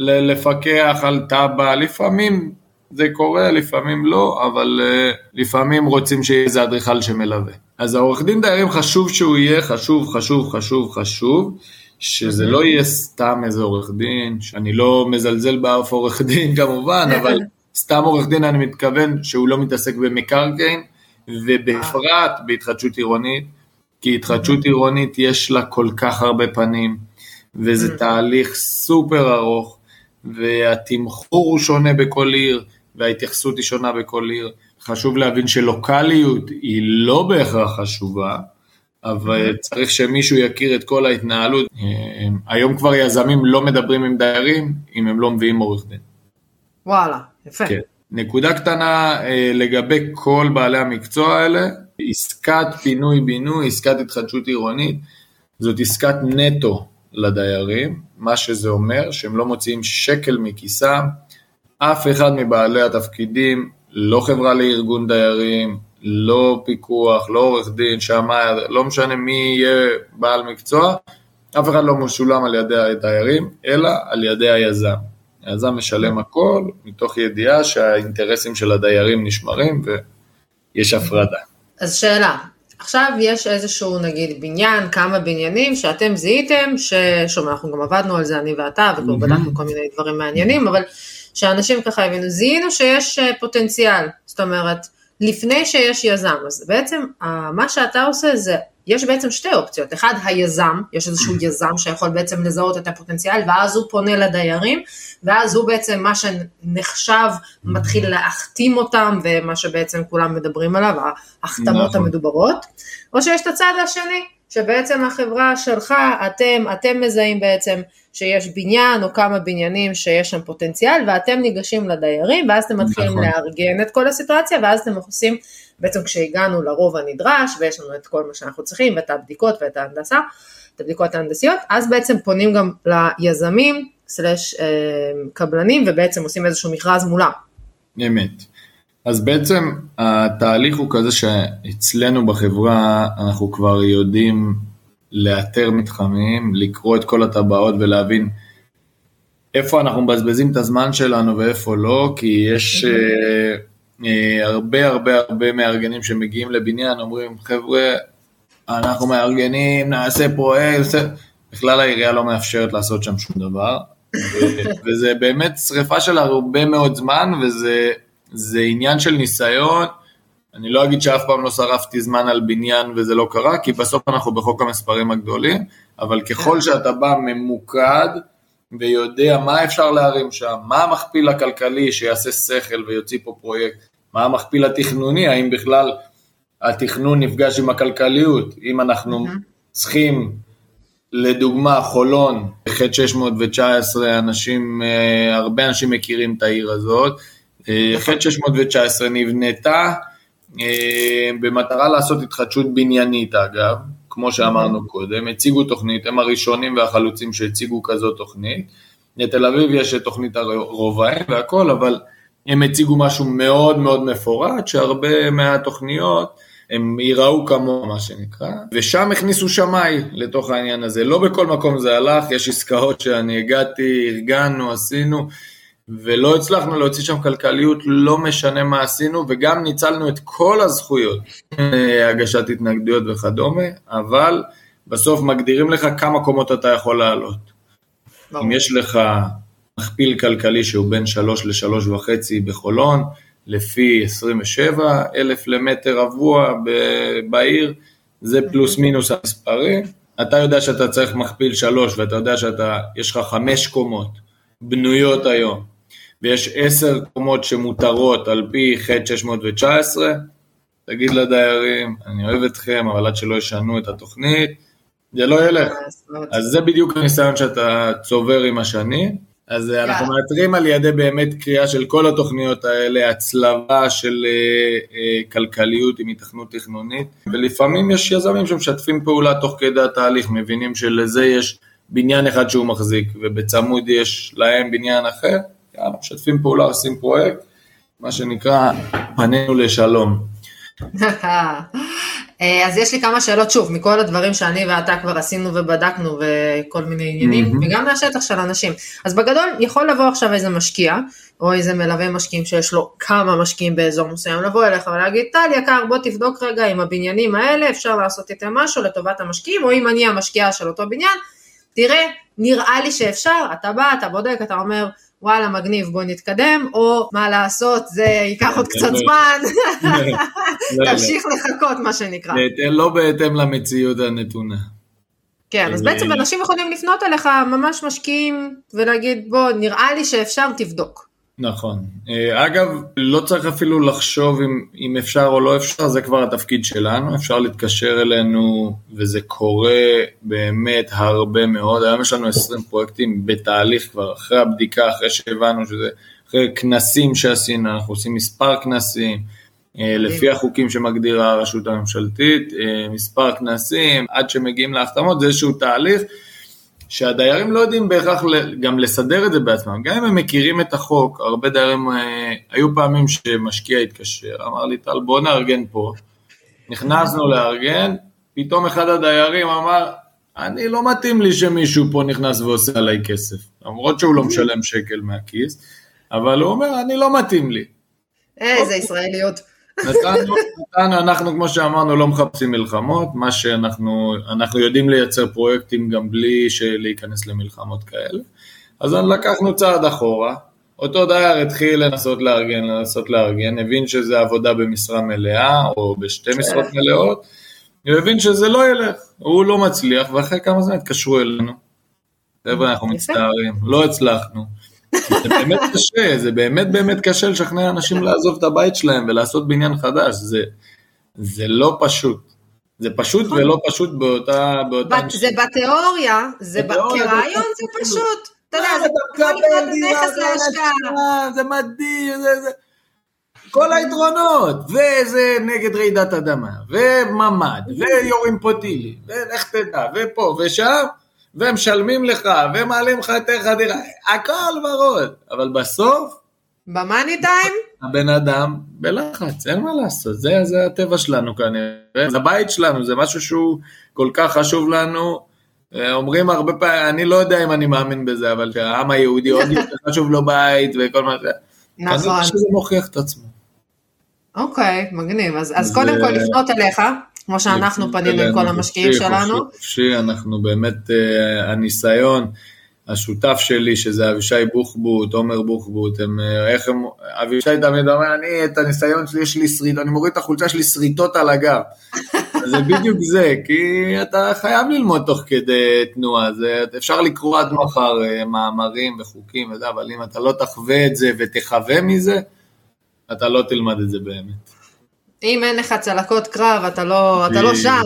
לפקח על טאבה, לפעמים זה קורה, לפעמים לא, אבל לפעמים רוצים שיהיה איזה אדריכל שמלווה. אז העורך דין דיירים חשוב שהוא יהיה חשוב, חשוב, חשוב, חשוב, שזה לא יהיה סתם איזה עורך דין, שאני לא מזלזל באף עורך דין כמובן, אבל סתם עורך דין אני מתכוון שהוא לא מתעסק במקרקעין, ובפרט בהתחדשות עירונית, כי התחדשות עירונית יש לה כל כך הרבה פנים, וזה תהליך סופר ארוך, והתמחור הוא שונה בכל עיר, וההתייחסות היא שונה בכל עיר. חשוב להבין שלוקליות היא לא בהכרח חשובה, אבל צריך שמישהו יכיר את כל ההתנהלות. היום כבר יזמים לא מדברים עם דיירים, אם הם לא מביאים עורך דין. וואלה, יפה. כן. נקודה קטנה לגבי כל בעלי המקצוע האלה, עסקת פינוי-בינוי, עסקת התחדשות עירונית, זאת עסקת נטו לדיירים, מה שזה אומר שהם לא מוציאים שקל מכיסם, אף אחד מבעלי התפקידים, לא חברה לארגון דיירים, לא פיקוח, לא עורך דין, שמאי, לא משנה מי יהיה בעל מקצוע, אף אחד לא משולם על ידי הדיירים, אלא על ידי היזם. היזם משלם הכל, מתוך ידיעה שהאינטרסים של הדיירים נשמרים, ויש הפרדה. אז שאלה, עכשיו יש איזשהו נגיד בניין, כמה בניינים שאתם זיהיתם, ששומע, אנחנו גם עבדנו על זה, אני ואתה, וכבר בדקנו כל מיני דברים מעניינים, אבל שאנשים ככה הבינו, זיהינו שיש פוטנציאל, זאת אומרת, לפני שיש יזם, אז בעצם מה שאתה עושה זה, יש בעצם שתי אופציות, אחד היזם, יש איזשהו יזם שיכול בעצם לזהות את הפוטנציאל, ואז הוא פונה לדיירים, ואז הוא בעצם מה שנחשב, מתחיל להחתים אותם, ומה שבעצם כולם מדברים עליו, ההחתמות המדוברות, או שיש את הצד השני, שבעצם החברה שלך, אתם, אתם מזהים בעצם שיש בניין או כמה בניינים שיש שם פוטנציאל, ואתם ניגשים לדיירים, ואז אתם מתחילים נכון. לארגן את כל הסיטואציה, ואז אתם עושים, בעצם כשהגענו לרוב הנדרש, ויש לנו את כל מה שאנחנו צריכים, ואת הבדיקות ואת ההנדסה, את הבדיקות ההנדסיות, אז בעצם פונים גם ליזמים, סלש אה, קבלנים, ובעצם עושים איזשהו מכרז מולם. אמת. אז בעצם התהליך הוא כזה שאצלנו בחברה אנחנו כבר יודעים לאתר מתחמים, לקרוא את כל הטבעות ולהבין איפה אנחנו מבזבזים את הזמן שלנו ואיפה לא, כי יש אה, אה, הרבה הרבה הרבה מארגנים שמגיעים לבניין, אומרים חבר'ה, אנחנו מארגנים, נעשה פרויקט, בכלל העירייה לא מאפשרת לעשות שם שום דבר, ו- וזה באמת שריפה של הרבה מאוד זמן, וזה זה עניין של ניסיון, אני לא אגיד שאף פעם לא שרפתי זמן על בניין וזה לא קרה, כי בסוף אנחנו בחוק המספרים הגדולים, אבל ככל שאתה בא ממוקד, ויודע מה אפשר להרים שם, מה המכפיל הכלכלי שיעשה שכל ויוציא פה פרויקט, מה המכפיל התכנוני, האם בכלל התכנון נפגש עם הכלכליות, אם אנחנו צריכים, לדוגמה חולון, ח' שש מאות תשע עשרה אנשים, הרבה אנשים מכירים את העיר הזאת, ח' שש מאות תשע עשרה נבנתה, במטרה לעשות התחדשות בניינית אגב, כמו שאמרנו קודם, הציגו תוכנית, הם הראשונים והחלוצים שהציגו כזו תוכנית, לתל אביב יש תוכנית הרובעים והכל, אבל הם הציגו משהו מאוד מאוד מפורט, שהרבה מהתוכניות הם יראו כמו מה שנקרא, ושם הכניסו שמאי לתוך העניין הזה, לא בכל מקום זה הלך, יש עסקאות שאני הגעתי, ארגנו, עשינו, ולא הצלחנו להוציא שם כלכליות, לא משנה מה עשינו, וגם ניצלנו את כל הזכויות, הגשת התנגדויות וכדומה, אבל בסוף מגדירים לך כמה קומות אתה יכול לעלות. אם יש לך מכפיל כלכלי שהוא בין שלוש לשלוש וחצי בחולון, לפי עשרים ושבע אלף למטר רבוע בעיר, זה פלוס מינוס המספרים, אתה יודע שאתה צריך מכפיל שלוש, ואתה יודע שאתה, יש לך חמש קומות בנויות היום, ויש עשר קומות שמותרות על פי ח' שש מאות תשע עשרה, תגיד לדיירים, אני אוהב אתכם, אבל עד שלא ישנו את התוכנית, זה לא ילך. אז זה בדיוק הניסיון שאתה צובר עם השנים, אז אנחנו מאתרים על ידי באמת קריאה של כל התוכניות האלה, הצלבה של כלכליות עם התכנות תכנונית, ולפעמים יש יזמים שמשתפים פעולה תוך כדי התהליך, מבינים שלזה יש בניין אחד שהוא מחזיק, ובצמוד יש להם בניין אחר, אנחנו משתפים פעולה, עושים פרויקט, מה שנקרא פנינו לשלום. אז יש לי כמה שאלות שוב, מכל הדברים שאני ואתה כבר עשינו ובדקנו וכל מיני עניינים, וגם מהשטח של אנשים. אז בגדול יכול לבוא עכשיו איזה משקיע, או איזה מלווה משקיעים שיש לו כמה משקיעים באזור מסוים, לבוא אליך ולהגיד, טל יקר, בוא תבדוק רגע עם הבניינים האלה, אפשר לעשות איתם משהו לטובת המשקיעים, או אם אני המשקיעה של אותו בניין, תראה, נראה לי שאפשר, אתה בא, אתה בודק, אתה אומר, וואלה, מגניב, בוא נתקדם, או מה לעשות, זה ייקח עוד קצת זמן, תמשיך לחכות, מה שנקרא. לא בהתאם למציאות הנתונה. כן, אז בעצם אנשים יכולים לפנות אליך, ממש משקיעים, ולהגיד, בוא, נראה לי שאפשר, תבדוק. נכון. אגב, לא צריך אפילו לחשוב אם, אם אפשר או לא אפשר, זה כבר התפקיד שלנו, אפשר להתקשר אלינו, וזה קורה באמת הרבה מאוד, היום יש לנו עשרים פרויקטים בתהליך כבר, אחרי הבדיקה, אחרי שהבנו שזה, אחרי כנסים שעשינו, אנחנו עושים מספר כנסים, לפי החוקים שמגדירה הרשות הממשלתית, מספר כנסים, עד שמגיעים להחתמות, זה איזשהו תהליך, שהדיירים לא יודעים בהכרח גם לסדר את זה בעצמם, גם אם הם מכירים את החוק, הרבה דיירים, היו פעמים שמשקיע התקשר, אמר לי, טל, בוא נארגן פה, נכנסנו לארגן, פתאום אחד הדיירים אמר, אני לא מתאים לי שמישהו פה נכנס ועושה עליי כסף, למרות שהוא לא משלם שקל מהכיס, אבל הוא אומר, אני לא מתאים לי. איזה ישראליות. נתנו, נתנו, אנחנו כמו שאמרנו לא מחפשים מלחמות, מה שאנחנו אנחנו יודעים לייצר פרויקטים גם בלי להיכנס למלחמות כאלה, אז לקחנו צעד אחורה, אותו דייר התחיל לנסות לארגן, לנסות לארגן, הבין שזה עבודה במשרה מלאה או בשתי משרות מלאות, הוא הבין שזה לא ילך, הוא לא מצליח, ואחרי כמה זמן התקשרו אלינו, חבר'ה אנחנו מצטערים, לא הצלחנו, זה באמת קשה, זה באמת באמת קשה לשכנע אנשים לעזוב את הבית שלהם ולעשות בניין חדש, זה, זה לא פשוט, זה פשוט ולא פשוט באותה, באותה זה בתיאוריה, זה כרעיון זה פשוט, אתה יודע, זה כמו לקנות נכס להשקעה, זה מדהים, זה, כל היתרונות, וזה נגד רעידת אדמה, וממד, ויורים פה טילי, ולך תדע, ופה ושם, והם משלמים לך, והם מעלים לך את ערך הדירה, הכל ורוד, אבל בסוף, במאני טיים, הבן אדם בלחץ, אין מה לעשות, זה, זה הטבע שלנו כנראה, זה הבית שלנו, זה משהו שהוא כל כך חשוב לנו, אומרים הרבה פעמים, אני לא יודע אם אני מאמין בזה, אבל העם היהודי עוד יותר חשוב לו בית, וכל מה זה, נכון. אני חושב שזה מוכיח את עצמו. אוקיי, מגניב, אז, אז קודם כל לפנות אליך, כמו שאנחנו פנינו עם כל המשקיעים שלנו. חופשי, אנחנו באמת, הניסיון, השותף שלי, שזה אבישי בוחבוט, עומר בוחבוט, הם, איך הם, אבישי תמיד אומר, אני, את הניסיון שלי, יש לי שריטות, אני מוריד את החולצה שלי שריטות על הגב. זה בדיוק זה, כי אתה חייב ללמוד תוך כדי תנועה, זה, אפשר לקרוא עד מחר מאמרים וחוקים וזה, אבל אם אתה לא תחווה את זה ותחווה מזה, אתה לא תלמד את זה באמת. אם אין לך צלקות קרב, אתה לא, אתה לא שם.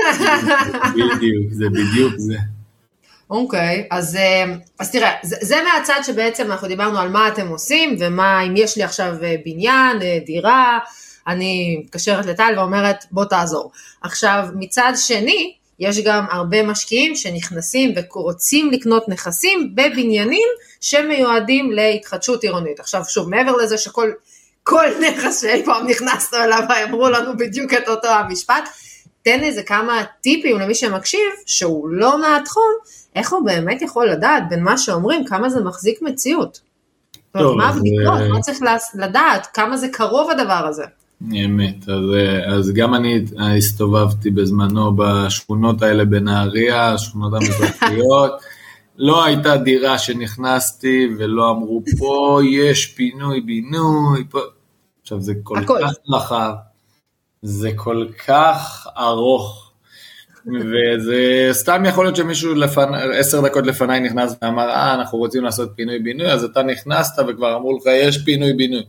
בדיוק, זה בדיוק זה. אוקיי, אז, אז תראה, זה, זה מהצד שבעצם אנחנו דיברנו על מה אתם עושים, ומה, אם יש לי עכשיו בניין, דירה, אני מתקשרת לטל ואומרת, בוא תעזור. עכשיו, מצד שני, יש גם הרבה משקיעים שנכנסים ורוצים לקנות נכסים בבניינים שמיועדים להתחדשות עירונית. עכשיו, שוב, מעבר לזה שכל כל נכס שאי פעם נכנסנו אליו, אמרו לנו בדיוק את אותו המשפט, תן איזה כמה טיפים למי שמקשיב, שהוא לא מהתחום, איך הוא באמת יכול לדעת בין מה שאומרים, כמה זה מחזיק מציאות. טוב, מה הבדיקות, מה צריך לדעת, כמה זה קרוב הדבר הזה. אמת, אז, אז גם אני הסתובבתי בזמנו בשכונות האלה בנהריה, השכונות המזרחיות, לא הייתה דירה שנכנסתי ולא אמרו פה יש פינוי בינוי, פה... עכשיו זה כל הכל. כך רחב, זה כל כך ארוך, וזה סתם יכול להיות שמישהו לפני, עשר דקות לפניי נכנס ואמר, אה אנחנו רוצים לעשות פינוי בינוי, אז אתה נכנסת וכבר אמרו לך יש פינוי בינוי,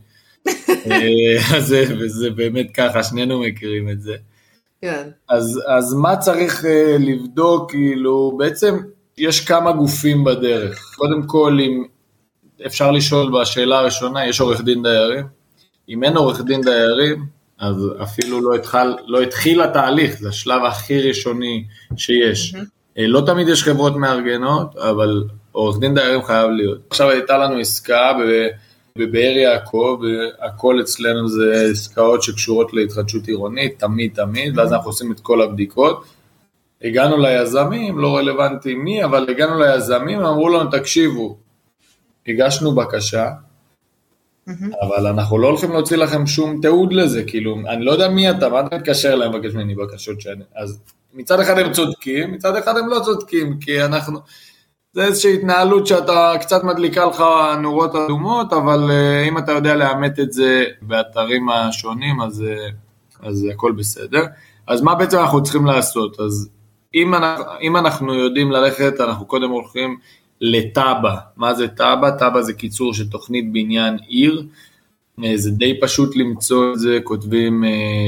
אז זה באמת ככה, שנינו מכירים את זה. כן. אז, אז מה צריך לבדוק, כאילו בעצם, יש כמה גופים בדרך. קודם כל, אם אפשר לשאול בשאלה הראשונה, יש עורך דין דיירים? אם אין עורך דין דיירים, אז אפילו לא התחיל, לא התחיל התהליך, זה השלב הכי ראשוני שיש. Mm-hmm. לא תמיד יש חברות מארגנות, אבל עורך דין דיירים חייב להיות. עכשיו הייתה לנו עסקה בבאר יעקב, הכל אצלנו זה עסקאות שקשורות להתחדשות עירונית, תמיד תמיד, mm-hmm. ואז אנחנו עושים את כל הבדיקות. הגענו ליזמים, לא רלוונטי מי, אבל הגענו ליזמים, אמרו לנו, תקשיבו, הגשנו בקשה, mm-hmm. אבל אנחנו לא הולכים להוציא לכם שום תיעוד לזה, כאילו, אני לא יודע מי אתה, מה אתה מתקשר להם בקש ממני בקשות שאני, אז מצד אחד הם צודקים, מצד אחד הם לא צודקים, כי אנחנו, זה איזושהי התנהלות שאתה קצת מדליקה לך נורות אדומות, אבל uh, אם אתה יודע לאמת את זה באתרים השונים, אז, uh, אז הכל בסדר. אז מה בעצם אנחנו צריכים לעשות? אז אם אנחנו, אם אנחנו יודעים ללכת, אנחנו קודם הולכים לטאבה. מה זה טאבה? טאבה זה קיצור של תוכנית בניין עיר, זה די פשוט למצוא את זה, כותבים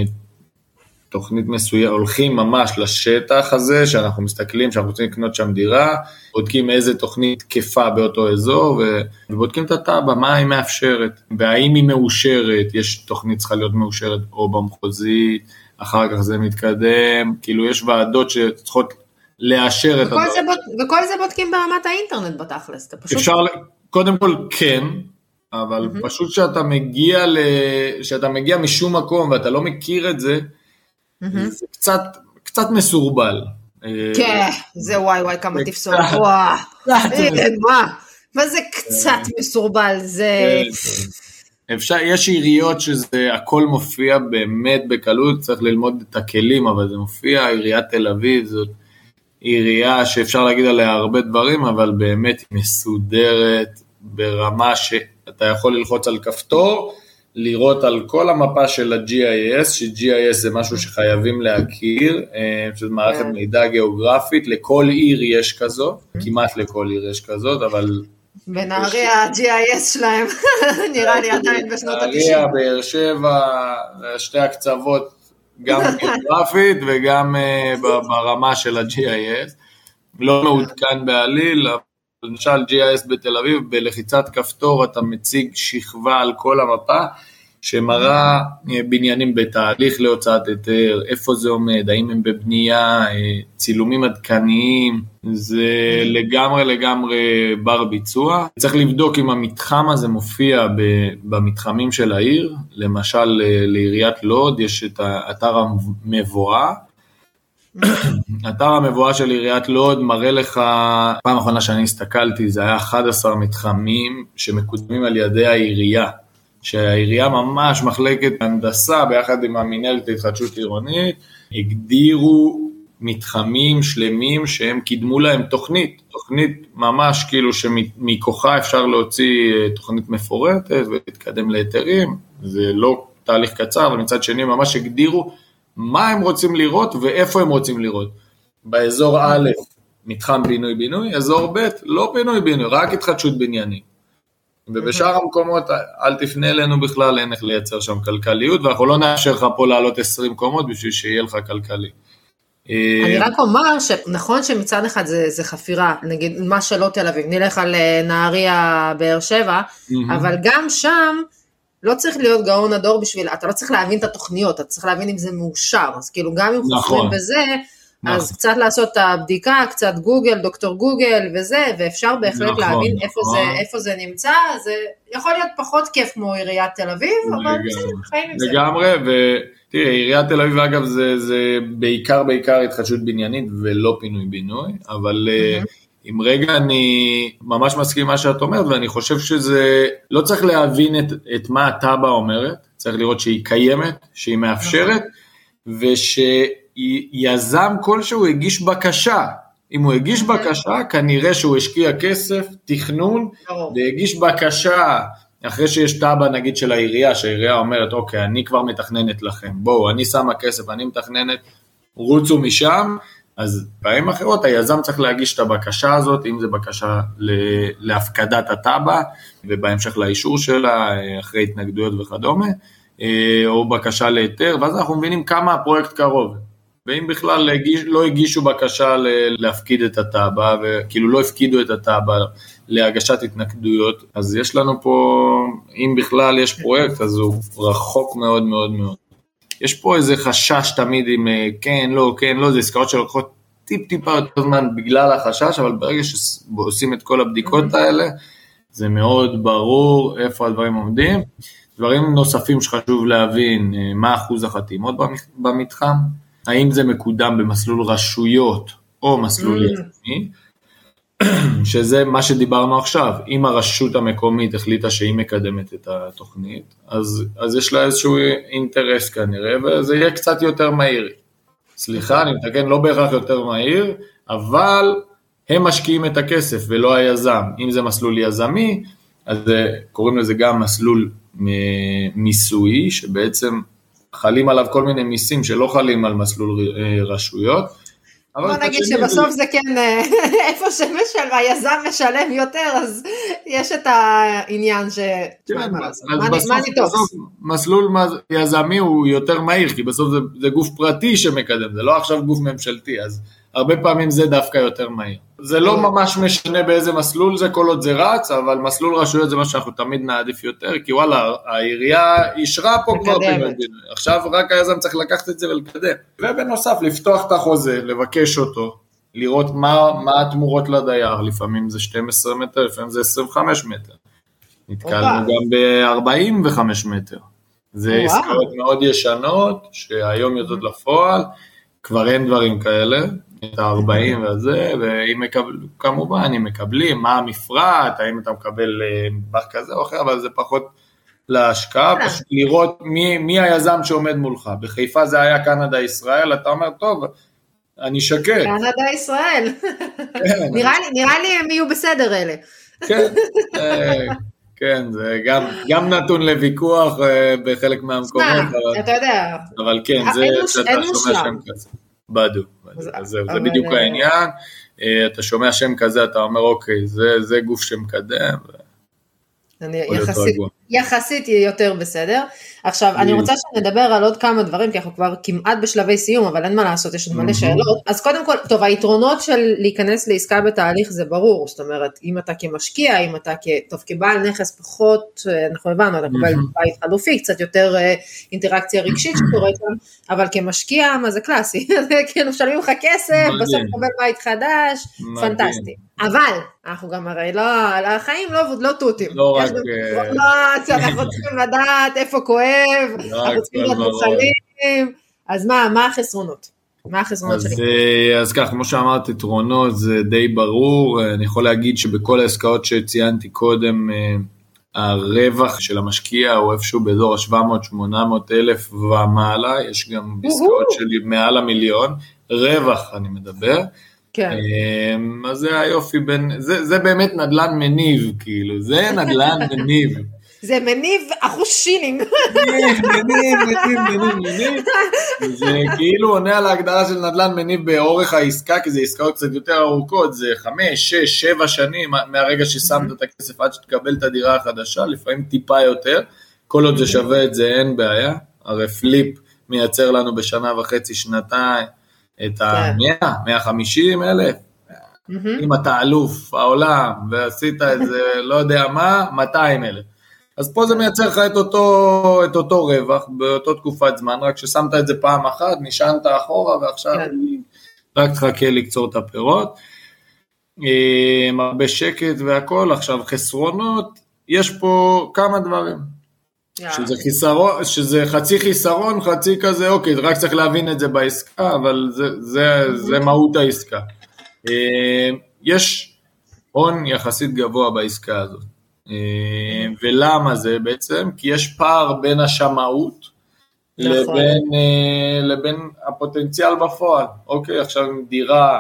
תוכנית מסוימת, הולכים ממש לשטח הזה, שאנחנו מסתכלים, שאנחנו רוצים לקנות שם דירה, בודקים איזה תוכנית תקפה באותו אזור, ובודקים את הטאבה, מה היא מאפשרת, והאם היא מאושרת, יש תוכנית צריכה להיות מאושרת או במחוזית, אחר כך זה מתקדם, כאילו יש ועדות שצריכות לאשר את הדבר. וכל זה בודקים ברמת האינטרנט בתכלס. אפשר, קודם כל כן, אבל פשוט שאתה מגיע, שאתה מגיע משום מקום, ואתה לא מכיר את זה, זה קצת, קצת מסורבל. כן, זה וואי וואי כמה תפסול, וואו, מה? מה זה קצת מסורבל? זה... אפשר, יש עיריות שזה הכל מופיע באמת בקלות, צריך ללמוד את הכלים, אבל זה מופיע, עיריית תל אביב, זאת עירייה שאפשר להגיד עליה הרבה דברים, אבל באמת מסודרת ברמה שאתה יכול ללחוץ על כפתור, לראות על כל המפה של ה-ג'י איי אס, ש-ג'י איי אס זה משהו שחייבים להכיר, שזו מערכת מידע גיאוגרפית, לכל עיר יש כזאת, כמעט לכל עיר יש כזאת, אבל... בנהריה ה-ג'י איי אס שלהם, נראה לי עדיין בשנות ה-תשעים. נהריה, באר שבע, שתי הקצוות, גם גיאוגרפית וגם ברמה של ה-ג'י איי אס, לא מעודכן בעליל, למשל ג'י איי אס בתל אביב, בלחיצת כפתור אתה מציג שכבה על כל המפה, שמראה בניינים בתהליך להוצאת היתר, איפה זה עומד, האם הם בבנייה, צילומים עדכניים, זה לגמרי לגמרי בר ביצוע. צריך לבדוק אם המתחם הזה מופיע במתחמים של העיר, למשל לעיריית לוד יש את האתר המבואה, אתר המבואה של עיריית לוד מראה לך, פעם האחרונה שאני הסתכלתי, זה היה אחד עשר מתחמים שמקודמים על ידי העירייה, שהעירייה ממש מחלקת הנדסה ביחד עם המנהלת להתחדשות עירונית, הגדירו מתחמים שלמים שהם קידמו להם תוכנית, תוכנית ממש כאילו שמכוחה אפשר להוציא תוכנית מפורטת ולהתקדם להיתרים, זה לא תהליך קצר, אבל מצד שני ממש הגדירו מה הם רוצים לראות ואיפה הם רוצים לראות. באזור א', מתחם בינוי-בינוי, אזור ב', לא בינוי-בינוי, רק התחדשות בניינים. ובשאר המקומות, אל תפנה אלינו בכלל, אין איך לייצר שם כלכליות, ואנחנו לא נאפשר לך פה לעלות עשרים קומות, בשביל שיהיה לך כלכלי. אני רק אומר שנכון שמצד אחד זה, זה חפירה, נגיד מה שלא תל אביב, נלך על נהריה באר שבע, אבל גם שם, לא צריך להיות גאון הדור בשביל, אתה לא צריך להבין את התוכניות, אתה צריך להבין אם זה מאושר, אז כאילו גם אם חופרים בזה, אז קצת לעשות את הבדיקה, קצת גוגל, דוקטור גוגל וזה, ואפשר בהחלט להבין איפה זה נמצא, זה יכול להיות פחות כיף כמו עיריית תל אביב, אבל בסדר, חיים עם זה. לגמרי, ותראה, עיריית תל אביב אגב זה בעיקר בעיקר התחדשות בניינית ולא פינוי בינוי, אבל אם רגע אני ממש מסכים מה שאת אומרת, ואני חושב שזה, לא צריך להבין את, את מה הטאבה אומרת, צריך לראות שהיא קיימת, שהיא מאפשרת, ושיזם כלשהו הגיש בקשה, אם הוא הגיש בקשה, כנראה שהוא השקיע כסף, תכנון, והגיש בקשה, אחרי שיש טאבה נגיד של העירייה, שהעירייה אומרת, אוקיי, אני כבר מתכננת לכם, בואו, אני שמה כסף, אני מתכננת, רוצו משם, אז פעמים אחרות היזם צריך להגיש את הבקשה הזאת, אם זה בקשה להפקדת הטאבה, ובהמשך לאישור שלה, אחרי התנגדויות וכדומה, או בקשה להיתר, ואז אנחנו מבינים כמה הפרויקט קרוב, ואם בכלל לא הגישו בקשה להפקיד את הטאבה, וכאילו לא הפקידו את הטאבה להגשת התנגדויות, אז יש לנו פה, אם בכלל יש פרויקט, אז הוא רחוק מאוד מאוד מאוד. יש פה איזה חשש תמיד עם כן, לא, כן, לא, זה עסקאות שלוקחות טיפ טיפה יותר זמן בגלל החשש, אבל ברגע שעושים את כל הבדיקות האלה, זה מאוד ברור איפה הדברים עומדים. דברים נוספים שחשוב להבין, מה אחוז החתימות במתחם, האם זה מקודם במסלול רשויות או מסלול יזמי, שזה מה שדיברנו עכשיו, אם הרשות המקומית החליטה שהיא מקדמת את התוכנית, אז, אז יש לה איזשהו אינטרס כנראה, וזה יהיה קצת יותר מהיר. סליחה, אני מתקן, לא בהכרח יותר מהיר, אבל הם משקיעים את הכסף ולא היזם. אם זה מסלול יזמי, אז קוראים לזה גם מסלול מיסוי, שבעצם חלים עליו כל מיני מיסים שלא חלים על מסלול רשויות, בוא נגיד שבסוף זה כן, איפה שהיזם משלם יותר, אז יש את העניין ש... מה ניתוס? מסלול יזמי הוא יותר מהיר, כי בסוף זה גוף פרטי שמקדם, זה לא עכשיו גוף ממשלתי, אז הרבה פעמים זה דווקא יותר מהיר. זה לא ממש משנה באיזה מסלול זה, כל עוד זה רץ, אבל מסלול רשויות זה מה שאנחנו תמיד נעדיף יותר, כי וואלה, העירייה אישרה פה כבר פינוי, עכשיו רק היזם צריך לקחת את זה ולקדם. ובנוסף, לפתוח את החוזה, לבקש אותו, לראות מה, מה התמורות לדייר, לפעמים זה שנים עשר מטר, לפעמים זה עשרים וחמישה מטר, נתקלנו גם ב-ארבעים וחמישה מטר, זה עסקאות מאוד ישנות, שהיום יודעות לפועל, כבר אין דברים כאלה, את ה-ארבעים וזה, וכמובן, אם מקבלים, מה המפרט, האם אתה מקבל מטבח כזה או אחר, אבל זה פחות להשקעה, פשוט לראות מי, מי היזם שעומד מולך. בחיפה זה היה קנדה ישראל, אתה אומר, טוב, אני שקט. קנדה ישראל. נראה לי, נראה לי הם יהיו בסדר אלה. כן, כן, זה גם, גם נתון לוויכוח בחלק מהמקומות. אתה יודע. אבל כן, זה שאתה שומע שם כזה. בדיוק, זה בדיוק העניין. אתה שומע שם כזה, אתה אומר, אוקיי, זה גוף שמקדם. אני יחסית, יחסית יותר בסדר. עכשיו, אני רוצה שנדבר על עוד כמה דברים, כי אנחנו כבר כמעט בשלבי סיום, אבל אין מה לעשות, יש עוד מלא שאלות. אז קודם כל, טוב, היתרונות של להיכנס לעסקה בתהליך זה ברור, זאת אומרת, אם אתה כמשקיע, אם אתה טוב, כבעל נכס פחות, אנחנו הבנו, אתה קבל בית חלופי, קצת יותר אינטראקציה רגשית שקורית שם, אבל כמשקיע, מה זה קלאסי? כאילו, משלמים לך כסף, בסוף קבל בית חדש, פנטסטי. אבל, אנחנו גם הרי לא, החיים לא תותים. לא רק... אנחנו צריכים לדעת איפה כואב, אנחנו צריכים להיות מוכנים, אז מה, מה החסרונות? מה החסרונות שלי? אז כך, כמו שאמרת, יתרונות זה די ברור, אני יכול להגיד שבכל העסקאות שציינתי קודם, הרווח של המשקיע הוא איפשהו באזור ה-שבע מאות שמונה מאות אלף ומעלה, יש גם עסקאות שלי מעל המיליון, רווח אני מדבר, כן. אז זה היופי בין, זה, זה באמת נדל"ן מניב, כאילו, זה נדל"ן מניב. זה מניב אחוז שילינג. מניב, מניב, מניב, מניב, מניב. זה כאילו עונה על ההגדרה של נדל"ן מניב באורך העסקה, כי זה עסקאות קצת יותר ארוכות, זה חמש, שש, שבע שנים, מהרגע ששמת את הכסף עד שתקבל את הדירה החדשה, לפעמים טיפה יותר, כל עוד זה שווה את זה אין בעיה, הרי פליפ מייצר לנו בשנה וחצי, שנתיים, את ה-מאה, מאה וחמישים אלף, אם אתה אלוף העולם, ועשית את זה, לא יודע מה, מאתיים אלף. אז פה זה מייצר לך את אותו, את אותו רווח, באותו תקופת זמן, רק ששמת את זה פעם אחת, נשענת אחורה, ועכשיו רק תחכה לקצור את הפירות. הרבה שקט והכל, עכשיו חסרונות, יש פה כמה דברים. שזה חיסרון, שזה חצי חיסרון, חצי כזה, אוקיי, רק צריך להבין את זה בעסקה, אבל זה, זה, זה מהות העסקה. יש הון יחסית גבוה בעסקה הזאת. ולמה זה בעצם? כי יש פער בין השמאות לבין, לבין הפוטנציאל בפועל. אוקיי, עכשיו דירה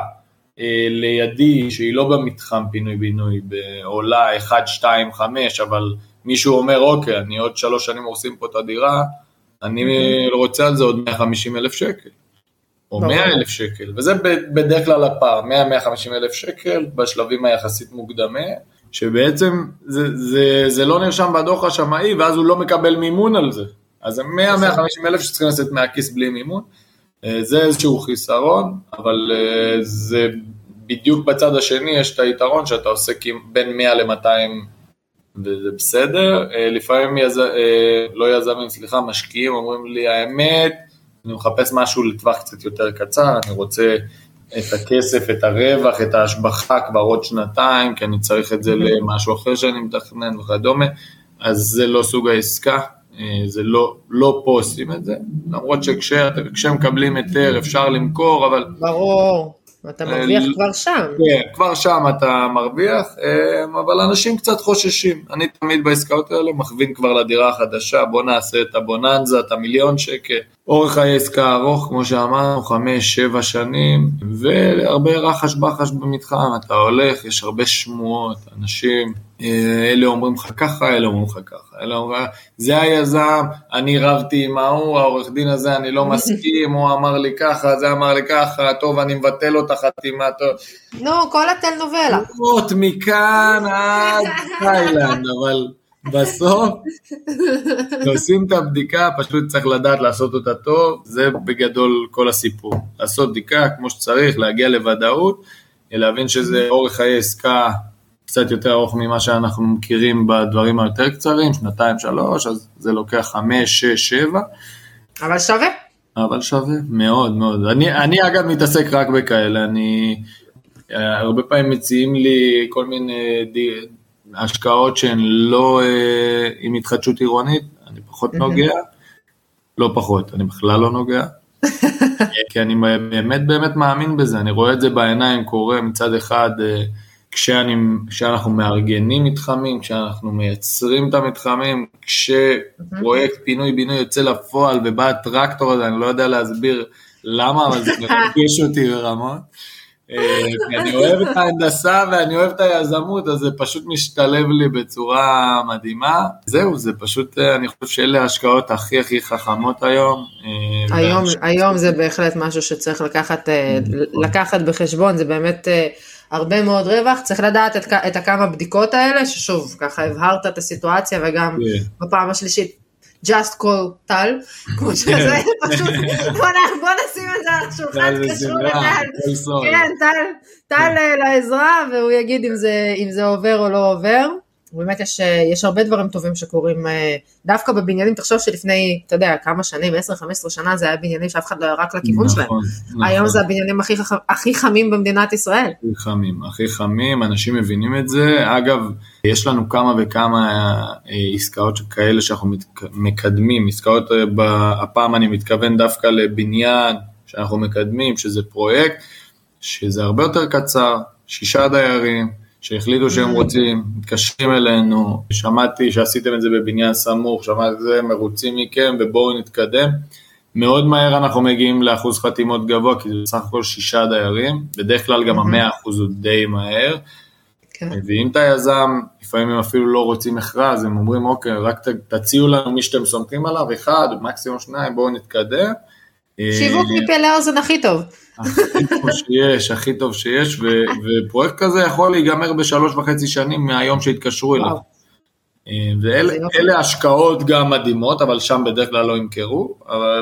לידי שהיא לא במתחם פינוי-בינוי, בעולה אחת, שתיים, חמש, אבל מישהו אומר, אוקיי, אני עוד שלוש שנים עושים פה את הדירה, אני רוצה על זה עוד מאה וחמישים אלף שקל, או מאה אלף שקל, וזה בדרך כלל הפער, מאה עד מאה וחמישים אלף שקל, בשלבים היחסית מוקדמים, שבעצם זה, זה, זה לא נרשם בדוח השמאי, ואז הוא לא מקבל מימון על זה, אז זה מאה עד מאה וחמישים אלף שצריכים לצאת מהכיס בלי מימון, זה איזשהו חיסרון, אבל זה בדיוק בצד השני, יש את היתרון שאתה עושה בין מאה ל-מאתיים, וזה בסדר, לפעמים יז... לא יזמים, סליחה, משקיעים, אומרים לי האמת, אני מחפש משהו לטווח קצת יותר קצר, אני רוצה את הכסף, את הרווח, את ההשבחה כבר עוד שנתיים, כי אני צריך את זה למשהו אחר שאני מתכנן וכדומה, אז זה לא סוג העסקה, זה לא, לא פה עושים את זה, למרות שכשהם מקבלים היתר אפשר למכור, אבל... ברור. אתה מרוויח כבר שם. כן, כבר שם אתה מרוויח, אבל אנשים קצת חוששים. אני תמיד בעסקאות האלה מכווין כבר לדירה החדשה, בוא נעשה את הבוננזה, את המיליון שקל. אורך העסקה ארוך, כמו שאמרנו, חמש, שבע שנים, והרבה רחש בחש במתחם, אתה הולך, יש הרבה שמועות, אנשים, אלה אומרים לך ככה, אלה אומרים לך ככה, אלה אומרים, זה היזם, אני רבתי עם ההוא, העורך דין הזה, אני לא מסכים, הוא אמר לי ככה, זה אמר לי ככה, טוב, אני מבטל לו את החתימה, טוב. נו, כל הטלנובלה. שמועות מכאן עד תאילנד, אבל... בסוף, עושים את הבדיקה, פשוט צריך לדעת לעשות אותה טוב, זה בגדול כל הסיפור. לעשות בדיקה כמו שצריך, להגיע לוודאות, להבין שזה אורך חיי עסקה קצת יותר ארוך ממה שאנחנו מכירים בדברים היותר קצרים, שנתיים, שלוש, אז זה לוקח חמש, שש, שבע. אבל שווה. אבל שווה, מאוד מאוד. אני, אני אגב מתעסק רק בכאלה, אני הרבה פעמים מציעים לי כל מיני השקעות שהן לא עם התחדשות עירונית, אני פחות נוגע, לא פחות, אני בכלל לא נוגע, כי אני באמת באמת מאמין בזה, אני רואה את זה בעיניים, קורה מצד אחד, כשאני, כשאנחנו מארגנים מתחמים, כשאנחנו מייצרים את המתחמים, כשפרויקט פינוי בינוי יוצא לפועל ובא הטרקטור הזה, אני לא יודע להסביר למה, אבל זה מרגש אותי ברמות. אני אוהב את ההנדסה ואני אוהב את היזמות, אז זה פשוט משתלב לי בצורה מדהימה. זהו, זה פשוט, אני חושב שאלה ההשקעות הכי הכי חכמות היום. היום, היום זה בהחלט משהו שצריך לקחת, לקחת בחשבון, זה באמת הרבה מאוד רווח, צריך לדעת את, את הכמה בדיקות האלה, ששוב, ככה הבהרת את הסיטואציה, וגם בפעם השלישית, just call טל, כמו שזה, פשוט, בוא נשים את זה על השולחן, תקשרו לטל, כן, טל לעזרה, והוא יגיד אם זה עובר או לא עובר, באמת יש, יש הרבה דברים טובים שקורים, דווקא בבניינים, תחשוב שלפני, אתה יודע, כמה שנים, עשר חמש עשרה שנה, זה היה בניינים שאף אחד לא ירק לכיוון שלהם. היום זה הבניינים הכי, הכי חמים במדינת ישראל. הכי חמים, הכי חמים, אנשים מבינים את זה. אגב, יש לנו כמה וכמה עסקאות כאלה שאנחנו מקדמים, עסקאות, הפעם אני מתכוון דווקא לבניין שאנחנו מקדמים, שזה פרויקט, שזה הרבה יותר קצר, שישה דיירים, שהחליטו שהם רוצים, מתקשרים אלינו, שמעתי שעשיתם את זה בבניין סמוך, שמעתי את זה, מרוצים מכם, ובואו נתקדם. מאוד מהר אנחנו מגיעים לאחוז חתימות גבוה, כי זה בסך הכל שישה דיירים, בדרך כלל גם המאה אחוז הוא די מהר, מביאים את היזם, לפעמים הם אפילו לא רוצים מכרז, הם אומרים, אוקיי, רק תציעו לנו מי שאתם סומכים עליו, אחד, מקסימום שניים, בואו נתקדם. שיווק מפה לאוזן הכי טוב. הכי טוב שיש, הכי טוב שיש, ופרויקט כזה יכול להיגמר בשלוש וחצי שנים מהיום שהתקשרו אליו. ואלה השקעות גם מדהימות, אבל שם בדרך כלל לא ימכרו,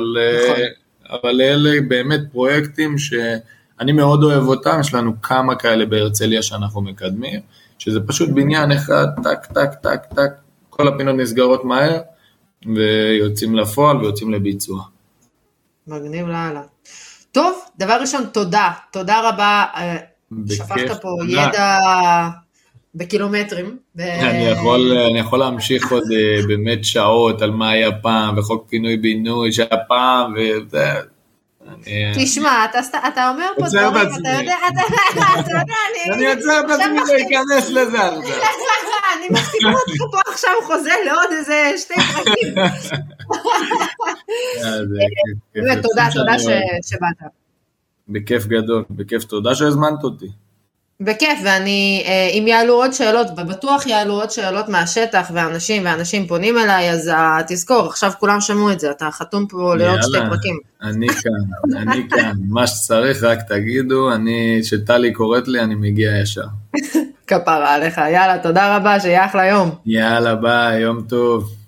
אבל אלה באמת פרויקטים שאני מאוד אוהב אותם, יש לנו כמה כאלה בהרצליה שאנחנו מקדמים, שזה פשוט בניין אחד, טק, טק, טק, טק, כל הפינות נסגרות מהר, ויוצאים לפועל ויוצאים לביצוע. מגניב להלאה. טוב, דבר ראשון, תודה, תודה רבה, שפכת פה ידע בקילומטרים. אני יכול, אני יכול להמשיך עוד באמת שעות על מה היה פעם, וחוק פינוי בינוי שהיה פעם, וזה... תשמע, אתה אומר פה דברים, אתה יודע, אתה יודע, אני יוצא בעצמי להיכנס לזה. אני מפתיעה אותך פה עכשיו חוזה לעוד איזה שתי פרקים. תודה, תודה שבאת. בכיף גדול, בכיף, תודה שהזמנת אותי. בכיף, ואני, אם יעלו עוד שאלות, ובטוח יעלו עוד שאלות מהשטח, ואנשים, ואנשים פונים אליי, אז תזכור, עכשיו כולם שמעו את זה, אתה חתום פה לעוד שתי פרקים. אני כאן, אני כאן, מה שצריך רק תגידו, אני, שטלי קוראת לי, אני מגיע ישר. כפרה עליך, יאללה, תודה רבה, שיהיה אחלה יום. יאללה, ביי, יום טוב.